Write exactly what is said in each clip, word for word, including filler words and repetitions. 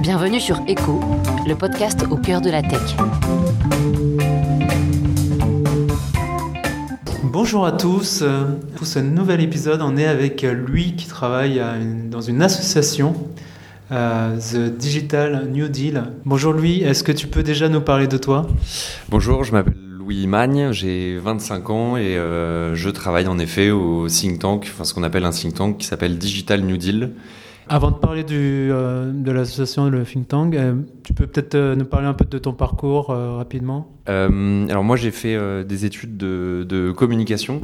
Bienvenue sur Echo, le podcast au cœur de la tech. Bonjour à tous, pour ce nouvel épisode, on est avec Louis qui travaille dans une association, euh, The Digital New Deal. Bonjour Louis, est-ce que tu peux déjà nous parler de toi ? Bonjour, je m'appelle Louis Magne, j'ai vingt-cinq ans et euh, je travaille en effet au think tank, enfin ce qu'on appelle un think tank qui s'appelle Digital New Deal. Avant de parler du, euh, de l'association, le think tank, euh, tu peux peut-être euh, nous parler un peu de ton parcours euh, rapidement ? euh, Alors moi j'ai fait euh, des études de, de communication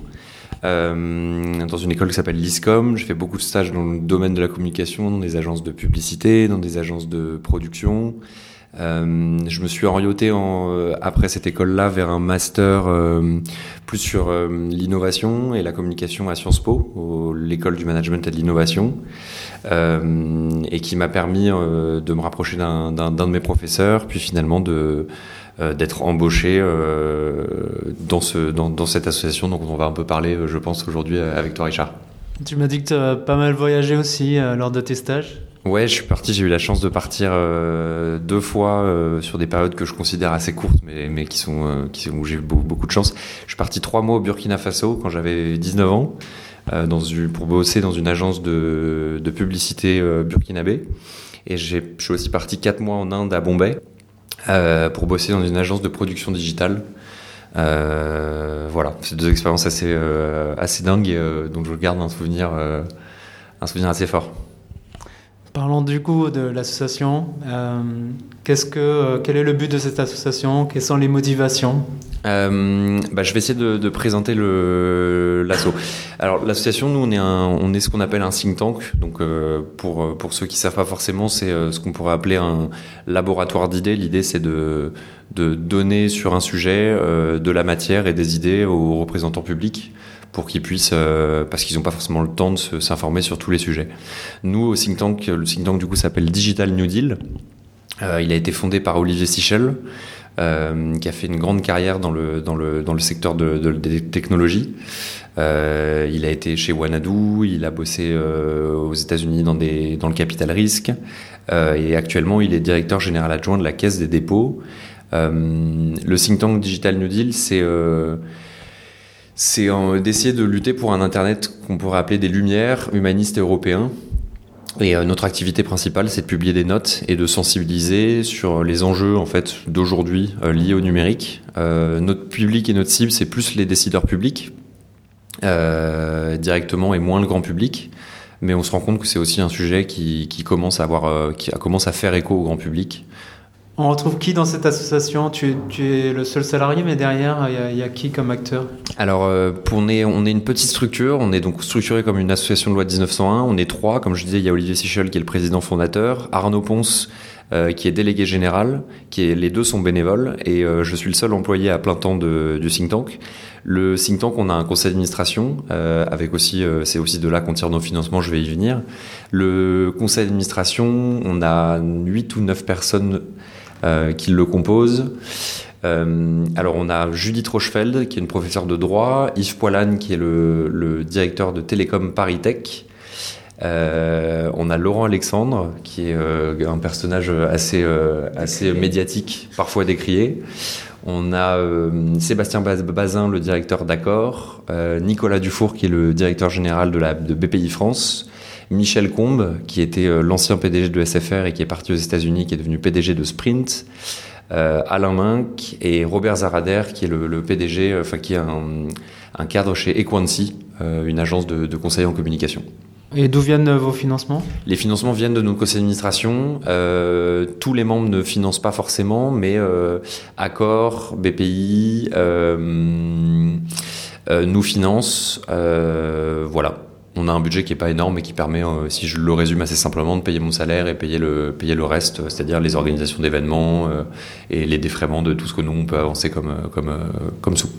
euh, dans une école qui s'appelle l'I S C O M. J'ai fait beaucoup de stages dans le domaine de la communication, dans des agences de publicité, dans des agences de production. Euh, je me suis orienté en, euh, après cette école-là vers un master euh, plus sur euh, l'innovation et la communication à Sciences Po, au, l'école du management et de l'innovation, euh, et qui m'a permis euh, de me rapprocher d'un, d'un, d'un de mes professeurs, puis finalement de, euh, d'être embauché euh, dans, ce, dans, dans cette association dont on va un peu parler, je pense, aujourd'hui avec toi, Richard. Tu m'as dit que tu as pas mal voyagé aussi euh, lors de tes stages ? Ouais, je suis parti, j'ai eu la chance de partir euh, deux fois euh, sur des périodes que je considère assez courtes, mais, mais qui sont, euh, qui sont où j'ai eu beaucoup, beaucoup de chance. Je suis parti trois mois au Burkina Faso quand j'avais dix-neuf ans, euh, dans une, pour bosser dans une agence de, de publicité euh, burkinabé. Et j'ai, je suis aussi parti quatre mois en Inde, à Bombay, euh, pour bosser dans une agence de production digitale. Euh, voilà, c'est deux expériences assez, euh, assez dingues, et, euh, donc je garde un souvenir, euh, un souvenir assez fort. Parlons du coup de l'association. Euh, qu'est-ce que, euh, quel est le but de cette association ? Quelles sont les motivations ? Euh, bah, je vais essayer de, de présenter le, l'asso. Alors l'association, nous, on est, un, on est ce qu'on appelle un think tank. Donc euh, pour, pour ceux qui ne savent pas forcément, c'est euh, ce qu'on pourrait appeler un laboratoire d'idées. L'idée, c'est de, de donner sur un sujet euh, de la matière et des idées aux représentants publics, pour qu'ils puissent, euh, parce qu'ils n'ont pas forcément le temps de se, s'informer sur tous les sujets. Nous, au think tank, le think tank du coup s'appelle Digital New Deal. Euh, il a été fondé par Olivier Sichel, euh, qui a fait une grande carrière dans le dans le dans le secteur de, de, des technologies. Euh, il a été chez Wanadoo, il a bossé euh, aux États-Unis dans des dans le capital risque, euh, et actuellement il est directeur général adjoint de la Caisse des dépôts. Euh, le think tank Digital New Deal, c'est euh, c'est d'essayer de lutter pour un Internet qu'on pourrait appeler des lumières, humanistes et européens. Et euh, notre activité principale, c'est de publier des notes et de sensibiliser sur les enjeux en fait d'aujourd'hui euh, liés au numérique. Euh, notre public et notre cible, c'est plus les décideurs publics euh, directement et moins le grand public. Mais on se rend compte que c'est aussi un sujet qui, qui commence à avoir, euh, qui commence à faire écho au grand public. On retrouve qui dans cette association ? tu, tu es le seul salarié, mais derrière, il y a, il y a qui comme acteur ? Alors, euh, pour, on, est, on est une petite structure, on est donc structuré comme une association de loi de dix-neuf cent un, on est trois, comme je disais, il y a Olivier Sichel qui est le président fondateur, Arnaud Ponce euh, qui est délégué général, qui est, les deux sont bénévoles, et euh, je suis le seul employé à plein temps de, du think tank. Le think tank, on a un conseil d'administration, euh, avec aussi, euh, c'est aussi de là qu'on tire nos financements, je vais y venir. Le conseil d'administration, on a huit ou neuf personnes Euh, qui le composent. Euh, alors on a Judith Rochefeld qui est une professeure de droit, Yves Poilane qui est le, le directeur de Télécom Paris Tech, euh, on a Laurent Alexandre qui est euh, un personnage assez, euh, assez médiatique, parfois décrié. On a euh, Sébastien Bazin, le directeur d'Accor, euh, Nicolas Dufour qui est le directeur général de, la, de B P I France, Michel Combe, qui était euh, l'ancien P D G de S F R et qui est parti aux États-Unis, qui est devenu P D G de Sprint, euh, Alain Minck et Robert Zarader, qui est le, le P D G, enfin euh, qui est un, un cadre chez Equancy, euh, une agence de, de conseil en communication. Et d'où viennent vos financements ? Les financements viennent de notre conseil d'administration. Euh, tous les membres ne financent pas forcément, mais euh, Accor, B P I euh, euh, nous financent. Euh, voilà. On a un budget qui n'est pas énorme et qui permet, euh, si je le résume assez simplement, de payer mon salaire et payer le, payer le reste, c'est-à-dire les organisations d'événements euh, et les défraiements de tout ce que nous, on peut avancer comme, comme, euh, comme sous.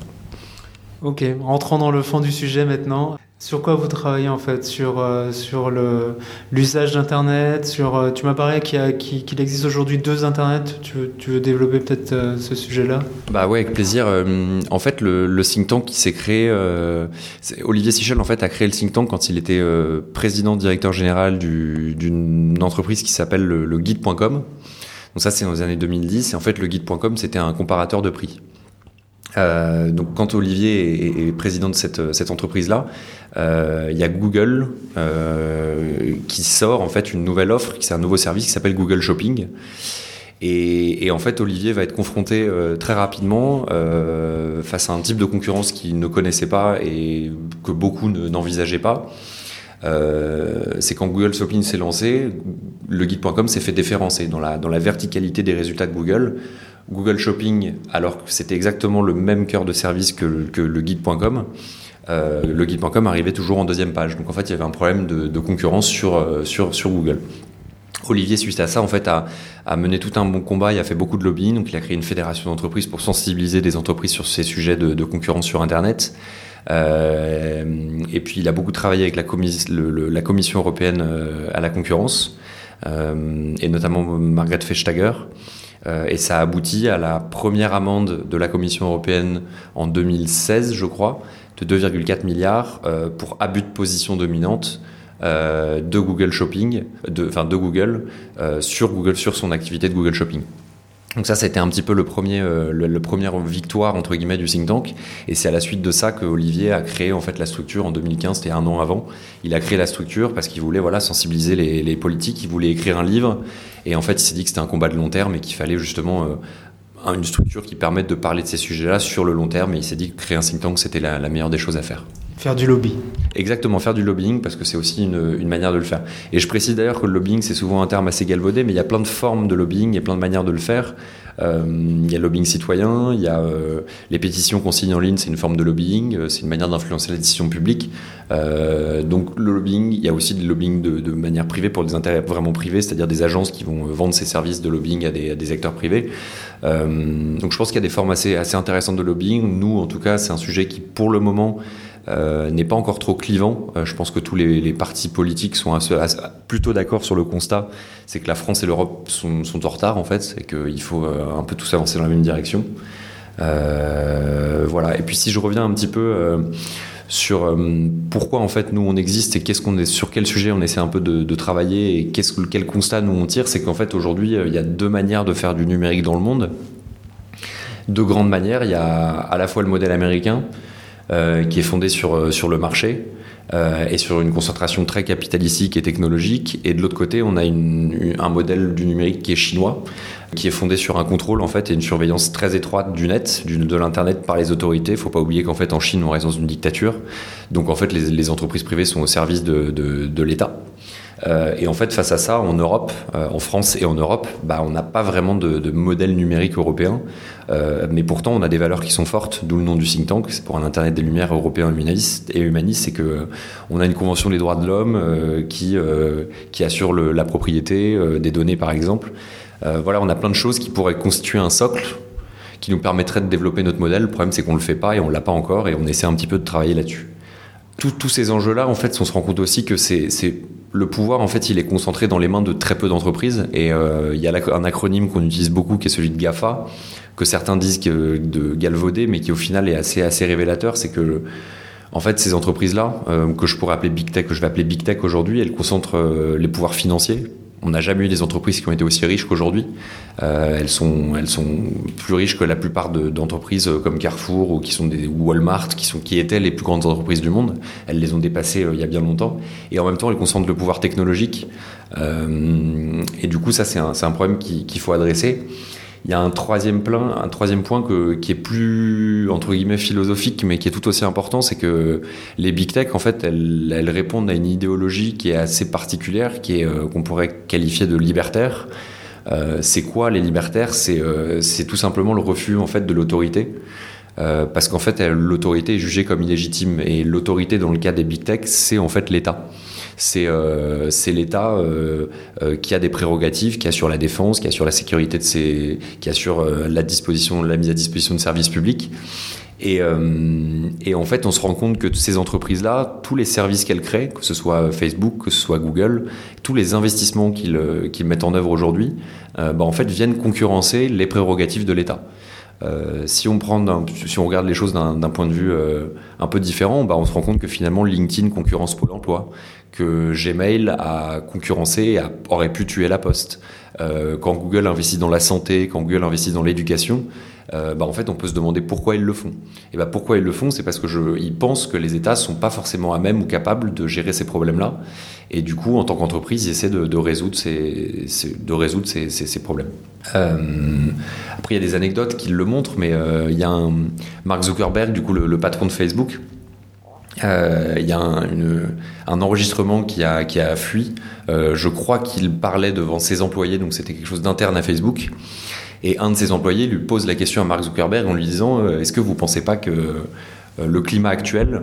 Ok, rentrons dans le fond du sujet maintenant. Sur quoi vous travaillez en fait ? Sur, euh, sur le, l'usage d'Internet, sur, euh, tu m'as parlé qu'il, y a, qu'il, qu'il existe aujourd'hui deux Internet. Tu veux, tu veux développer peut-être euh, ce sujet-là ? Bah ouais, avec plaisir. Euh, en fait, le, le think tank qui s'est créé, euh, Olivier Sichel en fait a créé le think tank quand il était euh, président directeur général du, d'une entreprise qui s'appelle le, le guide point com. Donc ça, c'est dans les années deux mille dix. Et en fait, le guide point com, c'était un comparateur de prix. Euh, donc quand Olivier est, est président de cette, cette entreprise-là, euh, il y a Google euh, qui sort en fait une nouvelle offre, c'est un nouveau service qui s'appelle Google Shopping. Et, et en fait, Olivier va être confronté euh, très rapidement euh, face à un type de concurrence qu'il ne connaissait pas et que beaucoup ne, n'envisageaient pas. Euh, c'est quand Google Shopping s'est lancé, le guide point com s'est fait déférencer dans la, dans la verticalité des résultats de Google. Google Shopping, alors que c'était exactement le même cœur de service que, que le guide point com, euh, le guide point com arrivait toujours en deuxième page. Donc en fait, il y avait un problème de, de concurrence sur, sur, sur Google. Olivier, suite à ça, en fait, a, a mené tout un bon combat. Il a fait beaucoup de lobbying. Donc il a créé une fédération d'entreprises pour sensibiliser des entreprises sur ces sujets de, de concurrence sur Internet. Euh, et puis il a beaucoup travaillé avec la, commis, le, le, la Commission européenne euh, à la concurrence, euh, et notamment Margrethe Vestager. Euh, et ça a abouti à la première amende de la Commission européenne en deux mille seize, je crois, de deux virgule quatre milliards euh, pour abus de position dominante euh, de Google Shopping, de, enfin de Google, euh, sur Google, sur son activité de Google Shopping. Donc ça, c'était un petit peu le premier, euh, le, le première victoire entre guillemets du think tank. Et c'est à la suite de ça que Olivier a créé en fait la structure en deux mille quinze. C'était un an avant. Il a créé la structure parce qu'il voulait voilà sensibiliser les, les politiques. Il voulait écrire un livre. Et en fait, il s'est dit que c'était un combat de long terme et qu'il fallait justement euh, une structure qui permette de parler de ces sujets-là sur le long terme. Et il s'est dit que créer un think tank, c'était la, la meilleure des choses à faire. Faire du lobby. Exactement, faire du lobbying, parce que c'est aussi une, une manière de le faire. Et je précise d'ailleurs que le lobbying, c'est souvent un terme assez galvaudé, mais il y a plein de formes de lobbying, il y a plein de manières de le faire. Euh, il y a le lobbying citoyen, il y a euh, les pétitions qu'on signe en ligne, c'est une forme de lobbying, euh, c'est une manière d'influencer la décision publique. Euh, donc le lobbying, il y a aussi du lobbying de, de manière privée pour des intérêts vraiment privés, c'est-à-dire des agences qui vont vendre ces services de lobbying à des, à des acteurs privés. Euh, donc je pense qu'il y a des formes assez, assez intéressantes de lobbying. Nous, en tout cas, c'est un sujet qui, pour le moment, Euh, n'est pas encore trop clivant. Euh, je pense que tous les, les partis politiques sont assez, assez, plutôt d'accord sur le constat, c'est que la France et l'Europe sont, sont en retard en fait, et qu'il faut euh, un peu tous avancer dans la même direction. Euh, voilà. Et puis si je reviens un petit peu euh, sur euh, pourquoi en fait nous on existe et qu'est-ce qu'on est, sur quel sujet on essaie un peu de, de travailler et qu'est-ce, quel constat nous on tire, c'est qu'en fait aujourd'hui il y a deux manières de faire du numérique dans le monde. Deux grandes manières. Il y a à la fois le modèle américain, Euh, qui est fondé sur, sur le marché euh, et sur une concentration très capitalistique et technologique. Et de l'autre côté, on a une, une, un modèle du numérique qui est chinois, qui est fondé sur un contrôle en fait, et une surveillance très étroite du net, du, de l'Internet par les autorités. Il ne faut pas oublier qu'en fait, en Chine, on reste dans une dictature. Donc en fait, les, les entreprises privées sont au service de, de, de l'État. Euh, et en fait, face à ça, en Europe, euh, en France et en Europe, bah, on n'a pas vraiment de, de modèle numérique européen. Euh, mais pourtant, on a des valeurs qui sont fortes, d'où le nom du think tank. C'est pour un Internet des Lumières européen humaniste. Et humaniste, c'est que on a une convention des droits de l'homme euh, qui euh, qui assure le, la propriété euh, des données, par exemple. Euh, voilà, on a plein de choses qui pourraient constituer un socle qui nous permettrait de développer notre modèle. Le problème, c'est qu'on le fait pas et on l'a pas encore, et on essaie un petit peu de travailler là-dessus. Tous, tous ces enjeux-là, en fait, on se rend compte aussi que c'est, c'est le pouvoir, en fait, il est concentré dans les mains de très peu d'entreprises. Et euh, il y a un acronyme qu'on utilise beaucoup, qui est celui de GAFA, que certains disent que de galvaudé, mais qui au final est assez, assez révélateur. C'est que, en fait, ces entreprises-là, euh, que je pourrais appeler Big Tech, que je vais appeler Big Tech aujourd'hui, elles concentrent euh, les pouvoirs financiers. On n'a jamais eu des entreprises qui ont été aussi riches qu'aujourd'hui. Euh, elles sont, elles sont plus riches que la plupart de, d'entreprises comme Carrefour ou qui sont des ou Walmart, qui sont, qui étaient les plus grandes entreprises du monde. Elles les ont dépassées euh, il y a bien longtemps. Et en même temps, elles concentrent le pouvoir technologique. Euh, et du coup, ça, c'est un, c'est un problème qui, qu'il faut adresser. Il y a un troisième, plein, un troisième point que, qui est plus, entre guillemets, philosophique, mais qui est tout aussi important, c'est que les big tech, en fait, elles, elles répondent à une idéologie qui est assez particulière, qui est, euh, qu'on pourrait qualifier de libertaire. Euh, c'est quoi les libertaires ? C'est, euh, c'est tout simplement le refus, en fait, de l'autorité. Euh, parce qu'en fait, elle, l'autorité est jugée comme illégitime. Et l'autorité, dans le cas des big tech, c'est en fait l'État. C'est, euh, c'est l'État euh, euh, qui a des prérogatives, qui assure la défense, qui assure la sécurité de ses, qui assure euh, la disposition, la mise à disposition de services publics. Et, euh, et en fait, on se rend compte que ces entreprises-là, tous les services qu'elles créent, que ce soit Facebook, que ce soit Google, tous les investissements qu'ils, qu'ils mettent en œuvre aujourd'hui, euh, bah, en fait, viennent concurrencer les prérogatives de l'État. Euh, si on prend d'un, si on regarde les choses d'un, d'un point de vue euh, un peu différent, bah on se rend compte que finalement LinkedIn concurrence Pôle emploi, que Gmail a concurrencé et a, aurait pu tuer la Poste. Euh, quand Google investit dans la santé, quand Google investit dans l'éducation, euh, bah en fait, on peut se demander pourquoi ils le font. Et bah pourquoi ils le font, c'est parce que je, ils pensent que les États sont pas forcément à même ou capables de gérer ces problèmes-là. Et du coup, en tant qu'entreprise, ils essaient de, de résoudre ces, ces, de résoudre ces, ces, ces problèmes. Euh, après, il y a des anecdotes qui le montrent, mais euh, il y a un Mark Zuckerberg, du coup, le, le patron de Facebook. Euh, il y a un, une, un enregistrement qui a, qui a fui. Euh, je crois qu'il parlait devant ses employés, donc c'était quelque chose d'interne à Facebook. Et un de ses employés lui pose la question à Mark Zuckerberg en lui disant euh, « Est-ce que vous ne pensez pas que euh, le climat actuel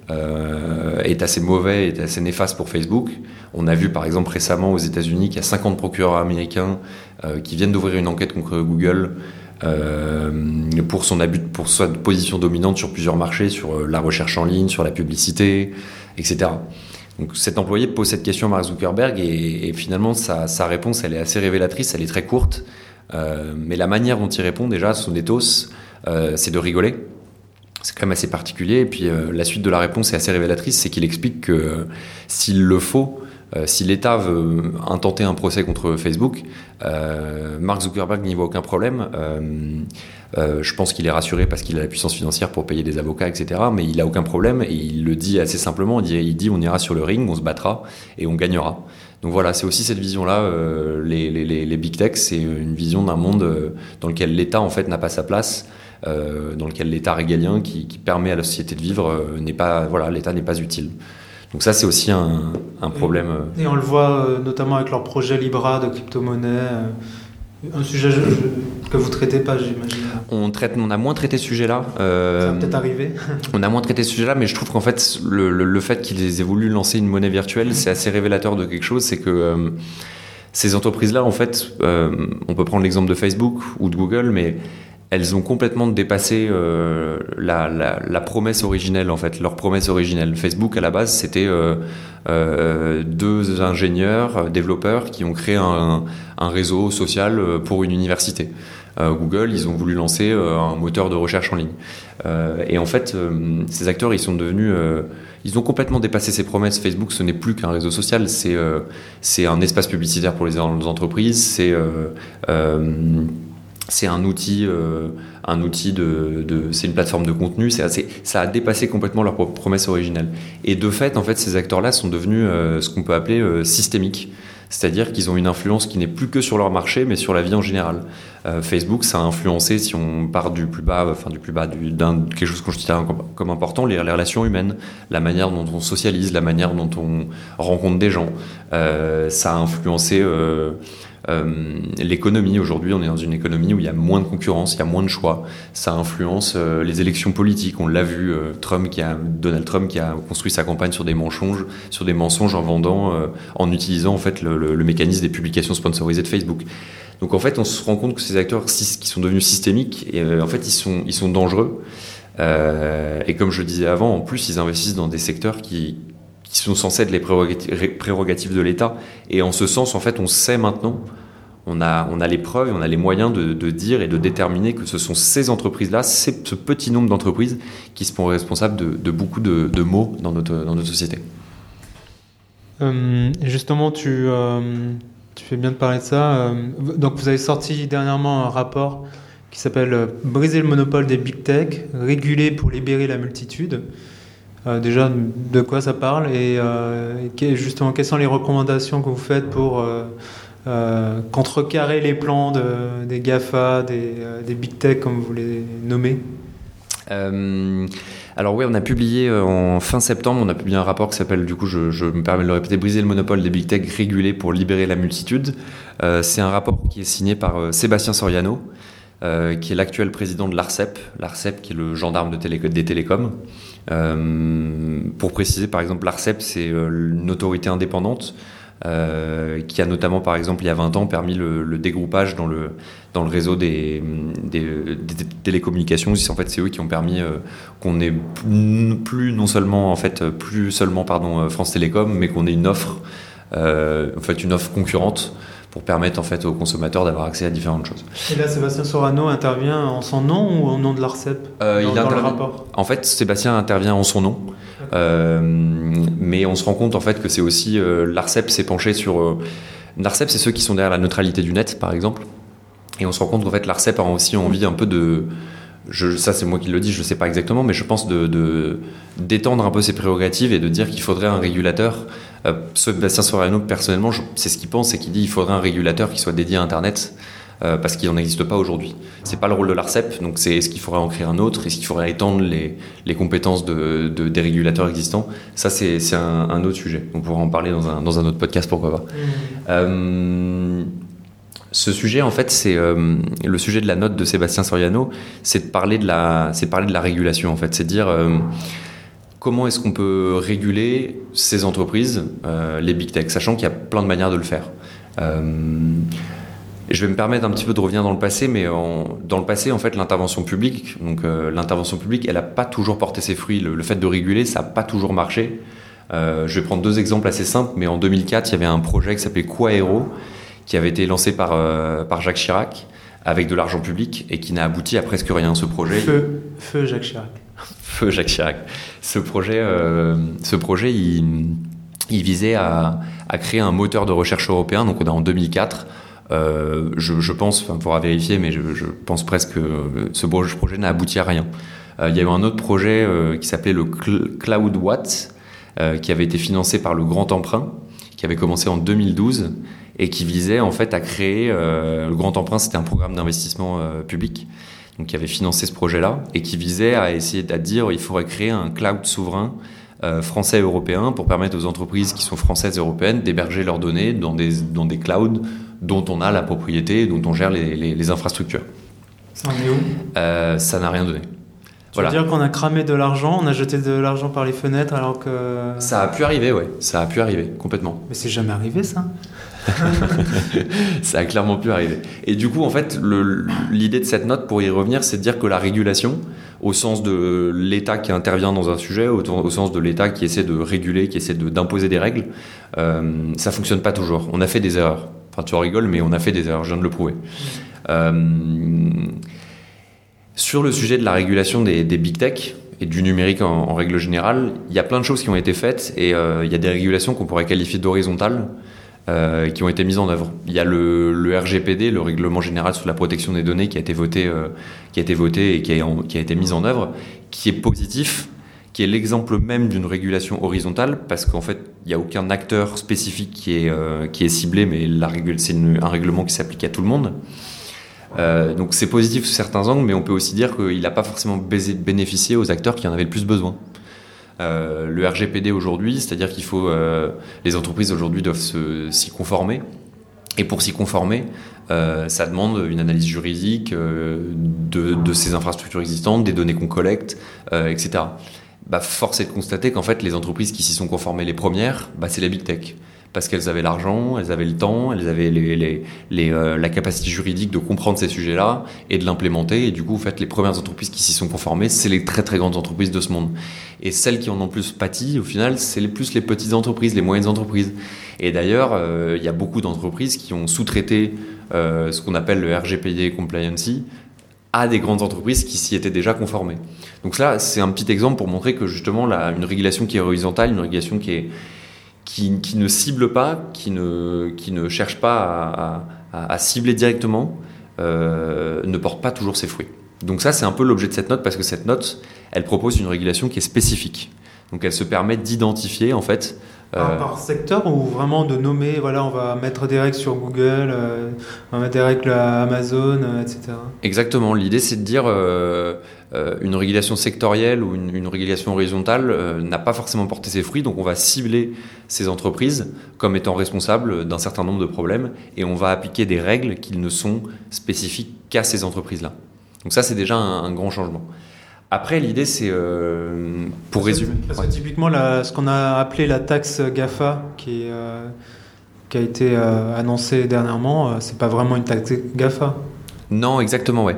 euh, est assez mauvais, est assez néfaste pour Facebook ?» On a vu par exemple récemment aux États-Unis qu'il y a cinquante procureurs américains euh, qui viennent d'ouvrir une enquête contre Google Euh, pour son abus, pour sa position dominante sur plusieurs marchés, sur la recherche en ligne, sur la publicité, et cetera. Donc cet employé pose cette question à Mark Zuckerberg et, et finalement sa, sa réponse elle est assez révélatrice, elle est très courte, euh, mais la manière dont il répond déjà, son ethos, euh, c'est de rigoler. C'est quand même assez particulier. Et puis euh, la suite de la réponse est assez révélatrice, c'est qu'il explique que euh, s'il le faut, Euh, si l'État veut intenter un procès contre Facebook, euh, Mark Zuckerberg n'y voit aucun problème. Euh, euh, je pense qu'il est rassuré parce qu'il a la puissance financière pour payer des avocats, et cetera. Mais il n'a aucun problème et il le dit assez simplement. Il dit, il dit on ira sur le ring, on se battra et on gagnera. Donc voilà, c'est aussi cette vision-là. Euh, les, les, les big tech, c'est une vision d'un monde dans lequel l'État en fait n'a pas sa place, euh, dans lequel l'État régalien qui, qui permet à la société de vivre euh, n'est pas, voilà, l'État n'est pas utile. Donc ça, c'est aussi un, un problème. Et, et on le voit euh, notamment avec leur projet Libra de crypto-monnaie, euh, un sujet je, je, que vous ne traitez pas, j'imagine. On, traite, on a moins traité ce sujet-là. Euh, ça va peut-être arriver. On a moins traité ce sujet-là, mais je trouve qu'en fait, le, le, le fait qu'ils aient voulu lancer une monnaie virtuelle, c'est assez révélateur de quelque chose, c'est que euh, ces entreprises-là, en fait, euh, on peut prendre l'exemple de Facebook ou de Google, mais elles ont complètement dépassé euh, la, la, la promesse originelle, en fait, leur promesse originelle. Facebook, à la base, c'était euh, euh, deux ingénieurs, euh, développeurs qui ont créé un, un réseau social pour une université. Euh, Google, ils ont voulu lancer euh, un moteur de recherche en ligne. Euh, et en fait, euh, ces acteurs, ils sont devenus... Euh, ils ont complètement dépassé ces promesses. Facebook, ce n'est plus qu'un réseau social, c'est, euh, c'est un espace publicitaire pour les entreprises, c'est... Euh, euh, C'est un outil, euh, un outil de, de, c'est une plateforme de contenu. C'est assez, ça a dépassé complètement leur promesse originelle. Et de fait, en fait, ces acteurs-là sont devenus euh, ce qu'on peut appeler euh, systémiques. C'est-à-dire qu'ils ont une influence qui n'est plus que sur leur marché, mais sur la vie en général. Euh, Facebook, ça a influencé, si on part du plus bas, enfin du plus bas, du, d'un, quelque chose qu'on considère comme, comme important, les, les relations humaines, la manière dont on socialise, la manière dont on rencontre des gens. Euh, ça a influencé euh, euh, l'économie. Aujourd'hui, on est dans une économie où il y a moins de concurrence, il y a moins de choix. Ça influence euh, les élections politiques. On l'a vu, euh, Trump qui a, Donald Trump qui a construit sa campagne sur des mensonges, sur des mensonges en vendant, euh, en utilisant en fait le, le, le mécanisme des publications sponsorisées de Facebook. Donc en fait, on se rend compte que ces acteurs qui sont devenus systémiques, et, euh, en fait, ils sont, ils sont dangereux. Euh, et comme je le disais avant, en plus, ils investissent dans des secteurs qui, qui sont censés être les prérogatives, prérogatives de l'État. Et en ce sens, en fait, on sait maintenant, on a, on a les preuves, on a les moyens de, de dire et de déterminer que ce sont ces entreprises-là, ces, ce petit nombre d'entreprises qui seront responsables de, de beaucoup de, de maux dans notre, dans notre société. Euh, justement, tu... Euh... Tu fais bien de parler de ça. Donc, vous avez sorti dernièrement un rapport qui s'appelle « Briser le monopole des big tech, réguler pour libérer la multitude ». Euh, déjà, de quoi ça parle et, euh, et justement, quelles sont les recommandations que vous faites pour euh, euh, contrecarrer les plans de, des GAFA, des, euh, des big tech, comme vous les nommez ? Euh, alors oui, on a publié euh, en fin septembre, on a publié un rapport qui s'appelle, du coup, je, je me permets de le répéter, Briser le monopole des big tech, réguler pour libérer la multitude. Euh, c'est un rapport qui est signé par euh, Sébastien Soriano, euh, qui est l'actuel président de l'ARCEP, l'ARCEP qui est le gendarme de télé- des télécoms. Euh, pour préciser, par exemple, l'ARCEP, c'est euh, une autorité indépendante Euh, qui a notamment, par exemple, il y a vingt ans, permis le, le dégroupage dans le, dans le réseau des, des, des télécommunications. En fait, c'est eux qui ont permis euh, qu'on ait plus, non seulement, en fait, plus seulement pardon, France Télécom, mais qu'on ait une offre, euh, en fait, une offre concurrente pour permettre en fait, aux consommateurs d'avoir accès à différentes choses. Et là, Sébastien Soriano intervient en son nom ou au nom de l'ARCEP euh, dans, il dans intervient... le rapport ? En fait, Sébastien intervient en son nom. Euh, mais on se rend compte en fait que c'est aussi euh, l'Arcep s'est penché sur euh, l'Arcep, c'est ceux qui sont derrière la neutralité du net, par exemple. Et on se rend compte qu'en fait l'Arcep a aussi envie un peu de Je, ça c'est moi qui le dis, je ne sais pas exactement, mais je pense de, de, d'étendre un peu ses prérogatives et de dire qu'il faudrait un régulateur. Euh, Sébastien Soriano, personnellement, je, c'est ce qu'il pense, c'est qu'il dit qu'il faudrait un régulateur qui soit dédié à Internet, euh, parce qu'il n'en existe pas aujourd'hui. Ce n'est pas le rôle de l'Arcep, donc c'est est-ce qu'il faudrait en créer un autre, est-ce qu'il faudrait étendre les, les compétences de, de, des régulateurs existants. Ça c'est, c'est un, un autre sujet, on pourra en parler dans un, dans un autre podcast, pourquoi pas. Mmh. Euh, Ce sujet, en fait, c'est euh, le sujet de la note de Sébastien Soriano, c'est de parler de la, c'est de parler de la régulation, en fait. C'est de dire euh, comment est-ce qu'on peut réguler ces entreprises, euh, les big tech, sachant qu'il y a plein de manières de le faire. Euh, je vais me permettre un petit peu de revenir dans le passé, mais en, dans le passé, en fait, l'intervention publique, donc euh, l'intervention publique, elle n'a pas toujours porté ses fruits. Le, le fait de réguler, ça n'a pas toujours marché. Euh, je vais prendre deux exemples assez simples, mais en deux mille quatre, il y avait un projet qui s'appelait Quaero, qui avait été lancé par, euh, par Jacques Chirac avec de l'argent public et qui n'a abouti à presque rien. Ce projet, Feu, feu Jacques Chirac. Feu Jacques Chirac. Ce projet, euh, ce projet il, il visait à, à créer un moteur de recherche européen. Donc on est en deux mille quatre. Euh, je, je pense, enfin, il faudra vérifier, mais je, je pense presque que ce projet n'a abouti à rien. Euh, il y a eu un autre projet euh, qui s'appelait le Cl- CloudWatt, euh, qui avait été financé par le Grand Emprunt, qui avait commencé en deux mille douze et qui visait en fait à créer euh, le Grand Emprunt, c'était un programme d'investissement euh, public, donc qui avait financé ce projet-là et qui visait à essayer à dire il faudrait créer un cloud souverain euh, français et européen pour permettre aux entreprises qui sont françaises et européennes d'héberger leurs données dans des dans des clouds dont on a la propriété, dont on gère les, les, les infrastructures. Ça en est où ? euh, Ça n'a rien donné. Tu veux dire qu'on a cramé de l'argent, on a jeté de l'argent par les fenêtres alors que... Ça a pu arriver, ouais. Ça a pu arriver, complètement. Mais c'est jamais arrivé, ça. Ça a clairement pu arriver. Et du coup, en fait, le, l'idée de cette note, pour y revenir, c'est de dire que la régulation, au sens de l'État qui intervient dans un sujet, au, au sens de l'État qui essaie de réguler, qui essaie de, d'imposer des règles, euh, ça fonctionne pas toujours. On a fait des erreurs. Enfin, tu en rigoles, mais on a fait des erreurs, je viens de le prouver. Euh, Sur le sujet de la régulation des, des big tech et du numérique en, en règle générale, il y a plein de choses qui ont été faites et euh, il y a des régulations qu'on pourrait qualifier d'horizontales euh, qui ont été mises en œuvre. Il y a le, le R G P D, le Règlement général sur la protection des données, qui a été voté, euh, qui a été voté et qui a, qui a été mis en œuvre, qui est positif, qui est l'exemple même d'une régulation horizontale, parce qu'en fait, il n'y a aucun acteur spécifique qui est, euh, qui est ciblé, mais la régule, c'est une, un règlement qui s'applique à tout le monde. Euh, donc c'est positif sous certains angles, mais on peut aussi dire qu'il n'a pas forcément bénéficié aux acteurs qui en avaient le plus besoin. Euh, le R G P D aujourd'hui, c'est-à-dire qu'il faut, euh, les entreprises aujourd'hui doivent se, s'y conformer, et pour s'y conformer, euh, ça demande une analyse juridique euh, de, de ces infrastructures existantes, des données qu'on collecte, euh, et cetera. Bah, force est de constater qu'en fait les entreprises qui s'y sont conformées les premières, bah, c'est les big tech. Parce qu'elles avaient l'argent, elles avaient le temps, elles avaient les, les, les, euh, la capacité juridique de comprendre ces sujets-là et de l'implémenter. Et du coup, en fait, les premières entreprises qui s'y sont conformées, c'est les très très grandes entreprises de ce monde. Et celles qui en ont plus pâti, au final, c'est les, plus les petites entreprises, les moyennes entreprises. Et d'ailleurs, il euh, y a beaucoup d'entreprises qui ont sous-traité euh, ce qu'on appelle le R G P D Compliancy à des grandes entreprises qui s'y étaient déjà conformées. Donc là, c'est un petit exemple pour montrer que justement, là, une régulation qui est horizontale, une régulation qui est Qui, qui ne cible pas, qui ne, qui ne cherche pas à, à, à cibler directement, euh, ne porte pas toujours ses fruits. Donc ça, c'est un peu l'objet de cette note, parce que cette note, elle propose une régulation qui est spécifique. Donc elle se permet d'identifier, en fait... Euh... Par, par secteur, ou vraiment de nommer, voilà, on va mettre des règles sur Google, euh, on va mettre des règles à Amazon, euh, et cetera. Exactement. L'idée, c'est de dire euh, euh, une régulation sectorielle ou une, une régulation horizontale euh, n'a pas forcément porté ses fruits, donc on va cibler ces entreprises comme étant responsables d'un certain nombre de problèmes et on va appliquer des règles qui ne sont spécifiques qu'à ces entreprises-là. Donc ça, c'est déjà un, un grand changement. Après, l'idée, c'est, euh, pour parce résumer... Que, parce ouais. que typiquement, la, ce qu'on a appelé la taxe GAFA, qui, est, euh, qui a été euh, annoncée dernièrement, euh, c'est pas vraiment une taxe GAFA. Non, exactement, ouais.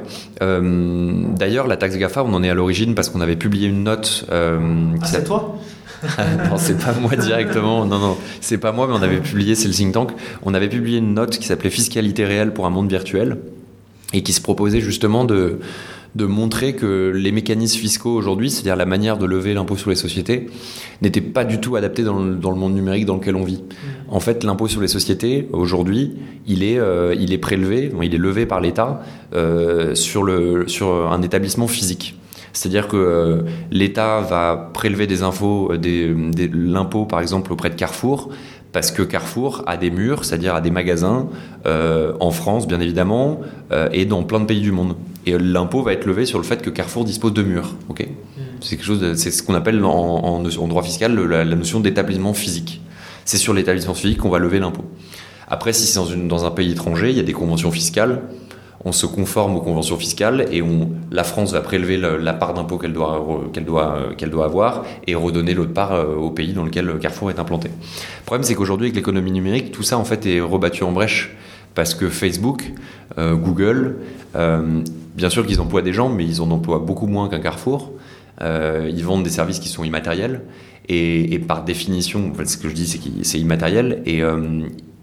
Euh, d'ailleurs, la taxe GAFA, on en est à l'origine parce qu'on avait publié une note... Euh, ah, c'est toi ? Non, c'est pas moi directement. Non, non, c'est pas moi, mais on avait publié, c'est le think tank. On avait publié une note qui s'appelait Fiscalité réelle pour un monde virtuel et qui se proposait justement de... de montrer que les mécanismes fiscaux aujourd'hui, c'est-à-dire la manière de lever l'impôt sur les sociétés, n'étaient pas du tout adaptés dans le, dans le monde numérique dans lequel on vit. Mmh. En fait, l'impôt sur les sociétés, aujourd'hui, il est, euh, il est prélevé, il est levé par l'État euh, sur, le, sur un établissement physique. C'est-à-dire que euh, l'État va prélever des infos, des, des, l'impôt par exemple auprès de Carrefour, parce que Carrefour a des murs, c'est-à-dire a des magasins euh, en France bien évidemment, euh, et dans plein de pays du monde. Et l'impôt va être levé sur le fait que Carrefour dispose de murs. Okay, mmh. C'est quelque chose de, c'est ce qu'on appelle en, en, en droit fiscal la, la notion d'établissement physique. C'est sur l'établissement physique qu'on va lever l'impôt. Après, si c'est dans, une, dans un pays étranger, il y a des conventions fiscales. On se conforme aux conventions fiscales et on, la France va prélever le, la part d'impôt qu'elle doit, qu'elle, doit, qu'elle doit avoir et redonner l'autre part au pays dans lequel Carrefour est implanté. Le problème, c'est qu'aujourd'hui, avec l'économie numérique, tout ça en fait est rebattu en brèche parce que Facebook, euh, Google, euh, bien sûr qu'ils emploient des gens, mais ils en emploient beaucoup moins qu'un Carrefour. Euh, ils vendent des services qui sont immatériels et, et par définition, en fait, ce que je dis, c'est que c'est immatériel et euh,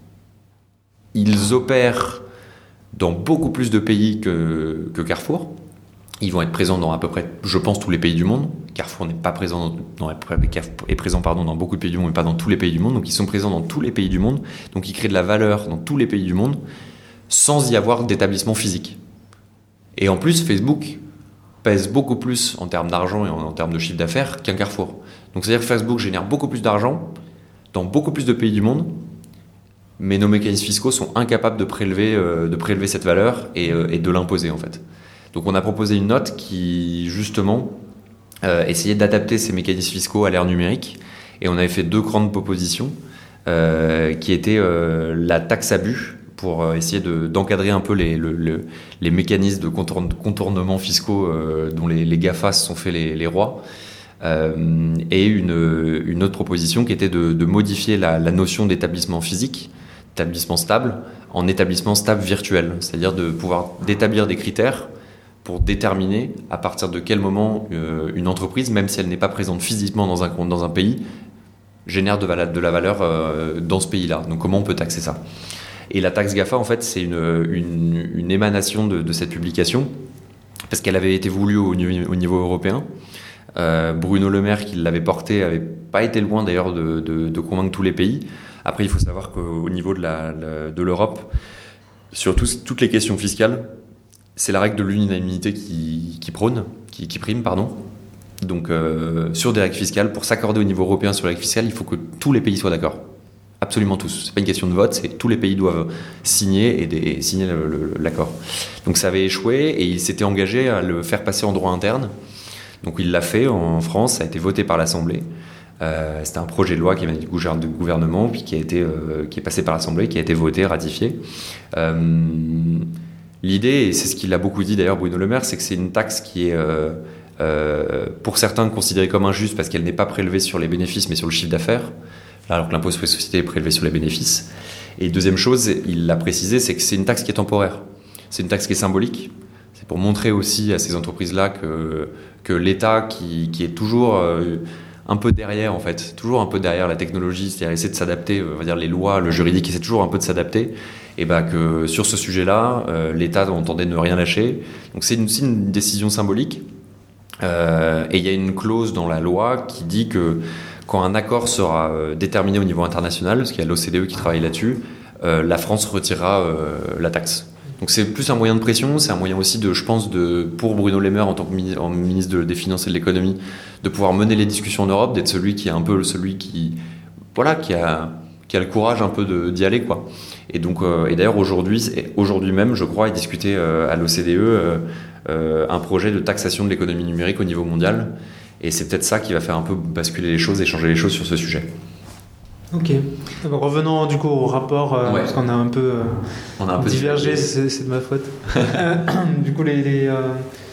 ils opèrent dans beaucoup plus de pays que, que Carrefour. Ils vont être présents dans à peu près, je pense, tous les pays du monde. Carrefour n'est pas présent dans, dans, est présent pardon, dans beaucoup de pays du monde, mais pas dans tous les pays du monde. Donc ils sont présents dans tous les pays du monde. Donc ils créent de la valeur dans tous les pays du monde sans y avoir d'établissement physique. Et en plus, Facebook pèse beaucoup plus en termes d'argent et en, en termes de chiffre d'affaires qu'un Carrefour. Donc c'est-à-dire que Facebook génère beaucoup plus d'argent dans beaucoup plus de pays du monde, mais nos mécanismes fiscaux sont incapables de prélever, euh, de prélever cette valeur et, euh, et de l'imposer en fait. Donc on a proposé une note qui justement euh, essayait d'adapter ces mécanismes fiscaux à l'ère numérique et on avait fait deux grandes propositions euh, qui étaient euh, la taxe abus pour euh, essayer de, d'encadrer un peu les, le, le, les mécanismes de contourne, contournement fiscaux euh, dont les, les GAFA se sont fait les, les rois. Euh, et une, une autre proposition qui était de, de modifier la, la notion d'établissement physique, établissement stable, en établissement stable virtuel, c'est-à-dire de pouvoir d'établir des critères pour déterminer à partir de quel moment euh, une entreprise, même si elle n'est pas présente physiquement dans un, dans un pays, génère de, val- de la valeur euh, dans ce pays-là. Donc comment on peut taxer ça ? Et la taxe GAFA, en fait, c'est une, une, une émanation de, de cette publication, parce qu'elle avait été voulue au, au niveau européen. Euh, Bruno Le Maire, qui l'avait porté, n'avait pas été loin d'ailleurs de, de, de convaincre tous les pays. Après, il faut savoir qu'au niveau de, la, la, de l'Europe, sur tous, toutes les questions fiscales, c'est la règle de l'unanimité qui, qui prône, qui, qui prime, pardon. Donc, euh, sur des règles fiscales, pour s'accorder au niveau européen sur les règles fiscales, il faut que tous les pays soient d'accord. Absolument tous. C'est pas une question de vote, c'est tous les pays doivent signer et, des, et signer le, le, l'accord. Donc, ça avait échoué et il s'était engagé à le faire passer en droit interne. Donc, il l'a fait en France, ça a été voté par l'Assemblée. Euh, c'était un projet de loi qui avait du gouvernement, puis qui a été, euh, qui est passé par l'Assemblée, qui a été voté, ratifié. Euh, l'idée, et c'est ce qu'il a beaucoup dit d'ailleurs Bruno Le Maire, c'est que c'est une taxe qui est euh, euh, pour certains considérée comme injuste parce qu'elle n'est pas prélevée sur les bénéfices mais sur le chiffre d'affaires, alors que l'impôt sur les sociétés est prélevé sur les bénéfices. Et deuxième chose, il l'a précisé, c'est que c'est une taxe qui est temporaire. C'est une taxe qui est symbolique. C'est pour montrer aussi à ces entreprises-là que, que l'État qui, qui est toujours euh, un peu derrière en fait, toujours un peu derrière la technologie, c'est-à-dire essayer de s'adapter, on va dire les lois, le juridique essaie toujours un peu de s'adapter, et bah que sur ce sujet-là, euh, l'État entendait ne rien lâcher. Donc c'est une, c'est une décision symbolique, euh, et il y a une clause dans la loi qui dit que quand un accord sera euh, déterminé au niveau international, parce qu'il y a l'O C D E qui travaille là-dessus, euh, la France retirera euh, la taxe. Donc c'est plus un moyen de pression, c'est un moyen aussi de, je pense, de, pour Bruno Le Maire en tant que mini, en ministre de, des Finances et de l'Économie, de pouvoir mener les discussions en Europe, d'être celui qui est un peu celui qui, voilà, qui a, qui a le courage un peu de, d'y aller, quoi. Et donc, euh, et d'ailleurs aujourd'hui, aujourd'hui même, je crois, est discuté euh, à l'O C D E euh, euh, un projet de taxation de l'économie numérique au niveau mondial. Et c'est peut-être ça qui va faire un peu basculer les choses et changer les choses sur ce sujet. Ok. Donc, revenons du coup au rapport, euh, ouais. Parce qu'on a un peu, euh, On a un peu divergé, c'est, c'est de ma faute. Du coup, les, les, euh,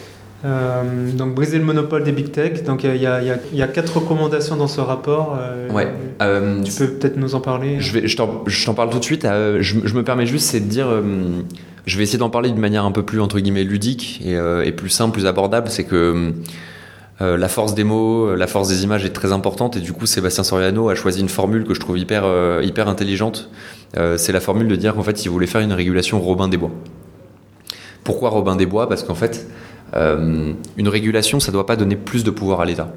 euh, donc briser le monopole des big tech. Donc il y, y, y a quatre recommandations dans ce rapport. Euh, ouais. Euh, tu peux peut-être nous en parler. Je vais, je t'en, je t'en parle tout de suite. Euh, je, je me permets juste, c'est de dire, euh, je vais essayer d'en parler d'une manière un peu plus entre guillemets ludique et, euh, et plus simple, plus abordable. C'est que Euh, la force des mots, la force des images est très importante et du coup Sébastien Soriano a choisi une formule que je trouve hyper, euh, hyper intelligente. Euh, c'est la formule de dire qu'en fait il voulait faire une régulation Robin des Bois. Pourquoi Robin des Bois ? Parce qu'en fait Euh, une régulation, ça ne doit pas donner plus de pouvoir à l'État.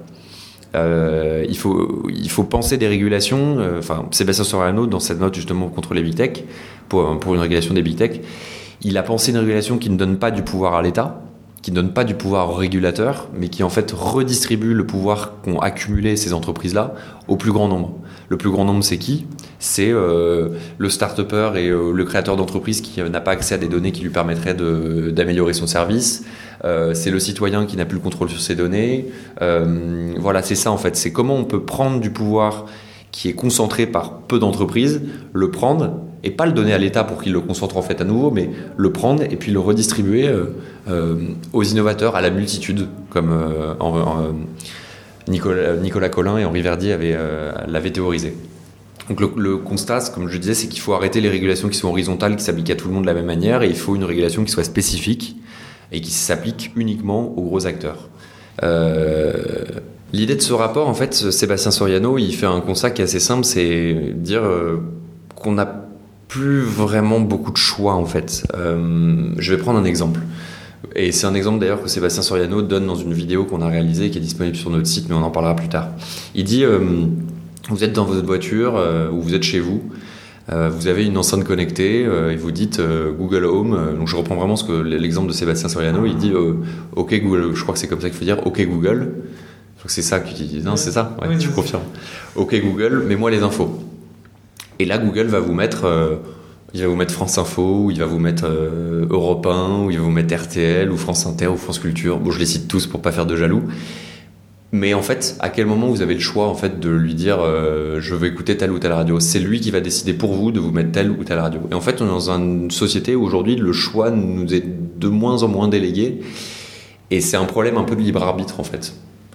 Euh, il, faut, il faut penser des régulations. Euh, enfin, Sébastien Soriano, dans cette note justement contre les big tech, pour, pour une régulation des big tech, il a pensé une régulation qui ne donne pas du pouvoir à l'État, qui ne donne pas du pouvoir aux régulateurs, mais qui en fait redistribue le pouvoir qu'ont accumulé ces entreprises-là au plus grand nombre. Le plus grand nombre, c'est qui ? C'est euh, le start-upper et euh, le créateur d'entreprise qui euh, n'a pas accès à des données qui lui permettraient de, d'améliorer son service. Euh, c'est le citoyen qui n'a plus le contrôle sur ses données. Euh, voilà, c'est ça en fait. C'est comment on peut prendre du pouvoir qui est concentré par peu d'entreprises, le prendre et pas le donner à l'État pour qu'il le concentre en fait à nouveau, mais le prendre et puis le redistribuer euh, euh, aux innovateurs, à la multitude, comme euh, en, en, Nicolas, Nicolas Collin et Henri Verdier avaient, euh, l'avaient théorisé. Donc le, le constat, comme je disais, c'est qu'il faut arrêter les régulations qui sont horizontales, qui s'appliquent à tout le monde de la même manière, et il faut une régulation qui soit spécifique et qui s'applique uniquement aux gros acteurs. Euh, l'idée de ce rapport, en fait, Sébastien Soriano, il fait un constat qui est assez simple, c'est dire euh, qu'on n'a plus vraiment beaucoup de choix, en fait. Euh, je vais prendre un exemple. Et c'est un exemple d'ailleurs que Sébastien Soriano donne dans une vidéo qu'on a réalisée, qui est disponible sur notre site, mais on en parlera plus tard. Il dit, euh, vous êtes dans votre voiture euh, ou vous êtes chez vous, euh, vous avez une enceinte connectée euh, et vous dites euh, Google Home. Euh, donc je reprends vraiment ce que, l'exemple de Sébastien Soriano. Il dit euh, OK Google, je crois que c'est comme ça qu'il faut dire OK Google. Je crois que c'est ça qu'il dit. Non, c'est ça ouais, oui, tu confirmes. OK Google, mets-moi les infos. Et là, Google va vous mettre... Euh, Il va vous mettre France Info, ou il va vous mettre euh, Europe un, ou il va vous mettre R T L, ou France Inter, ou France Culture. Bon, je les cite tous pour pas faire de jaloux. Mais en fait, à quel moment vous avez le choix en fait de lui dire euh, je veux écouter telle ou telle radio ? C'est lui qui va décider pour vous de vous mettre telle ou telle radio. Et en fait, on est dans une société où aujourd'hui le choix nous est de moins en moins délégué, et c'est un problème un peu de libre arbitre en fait.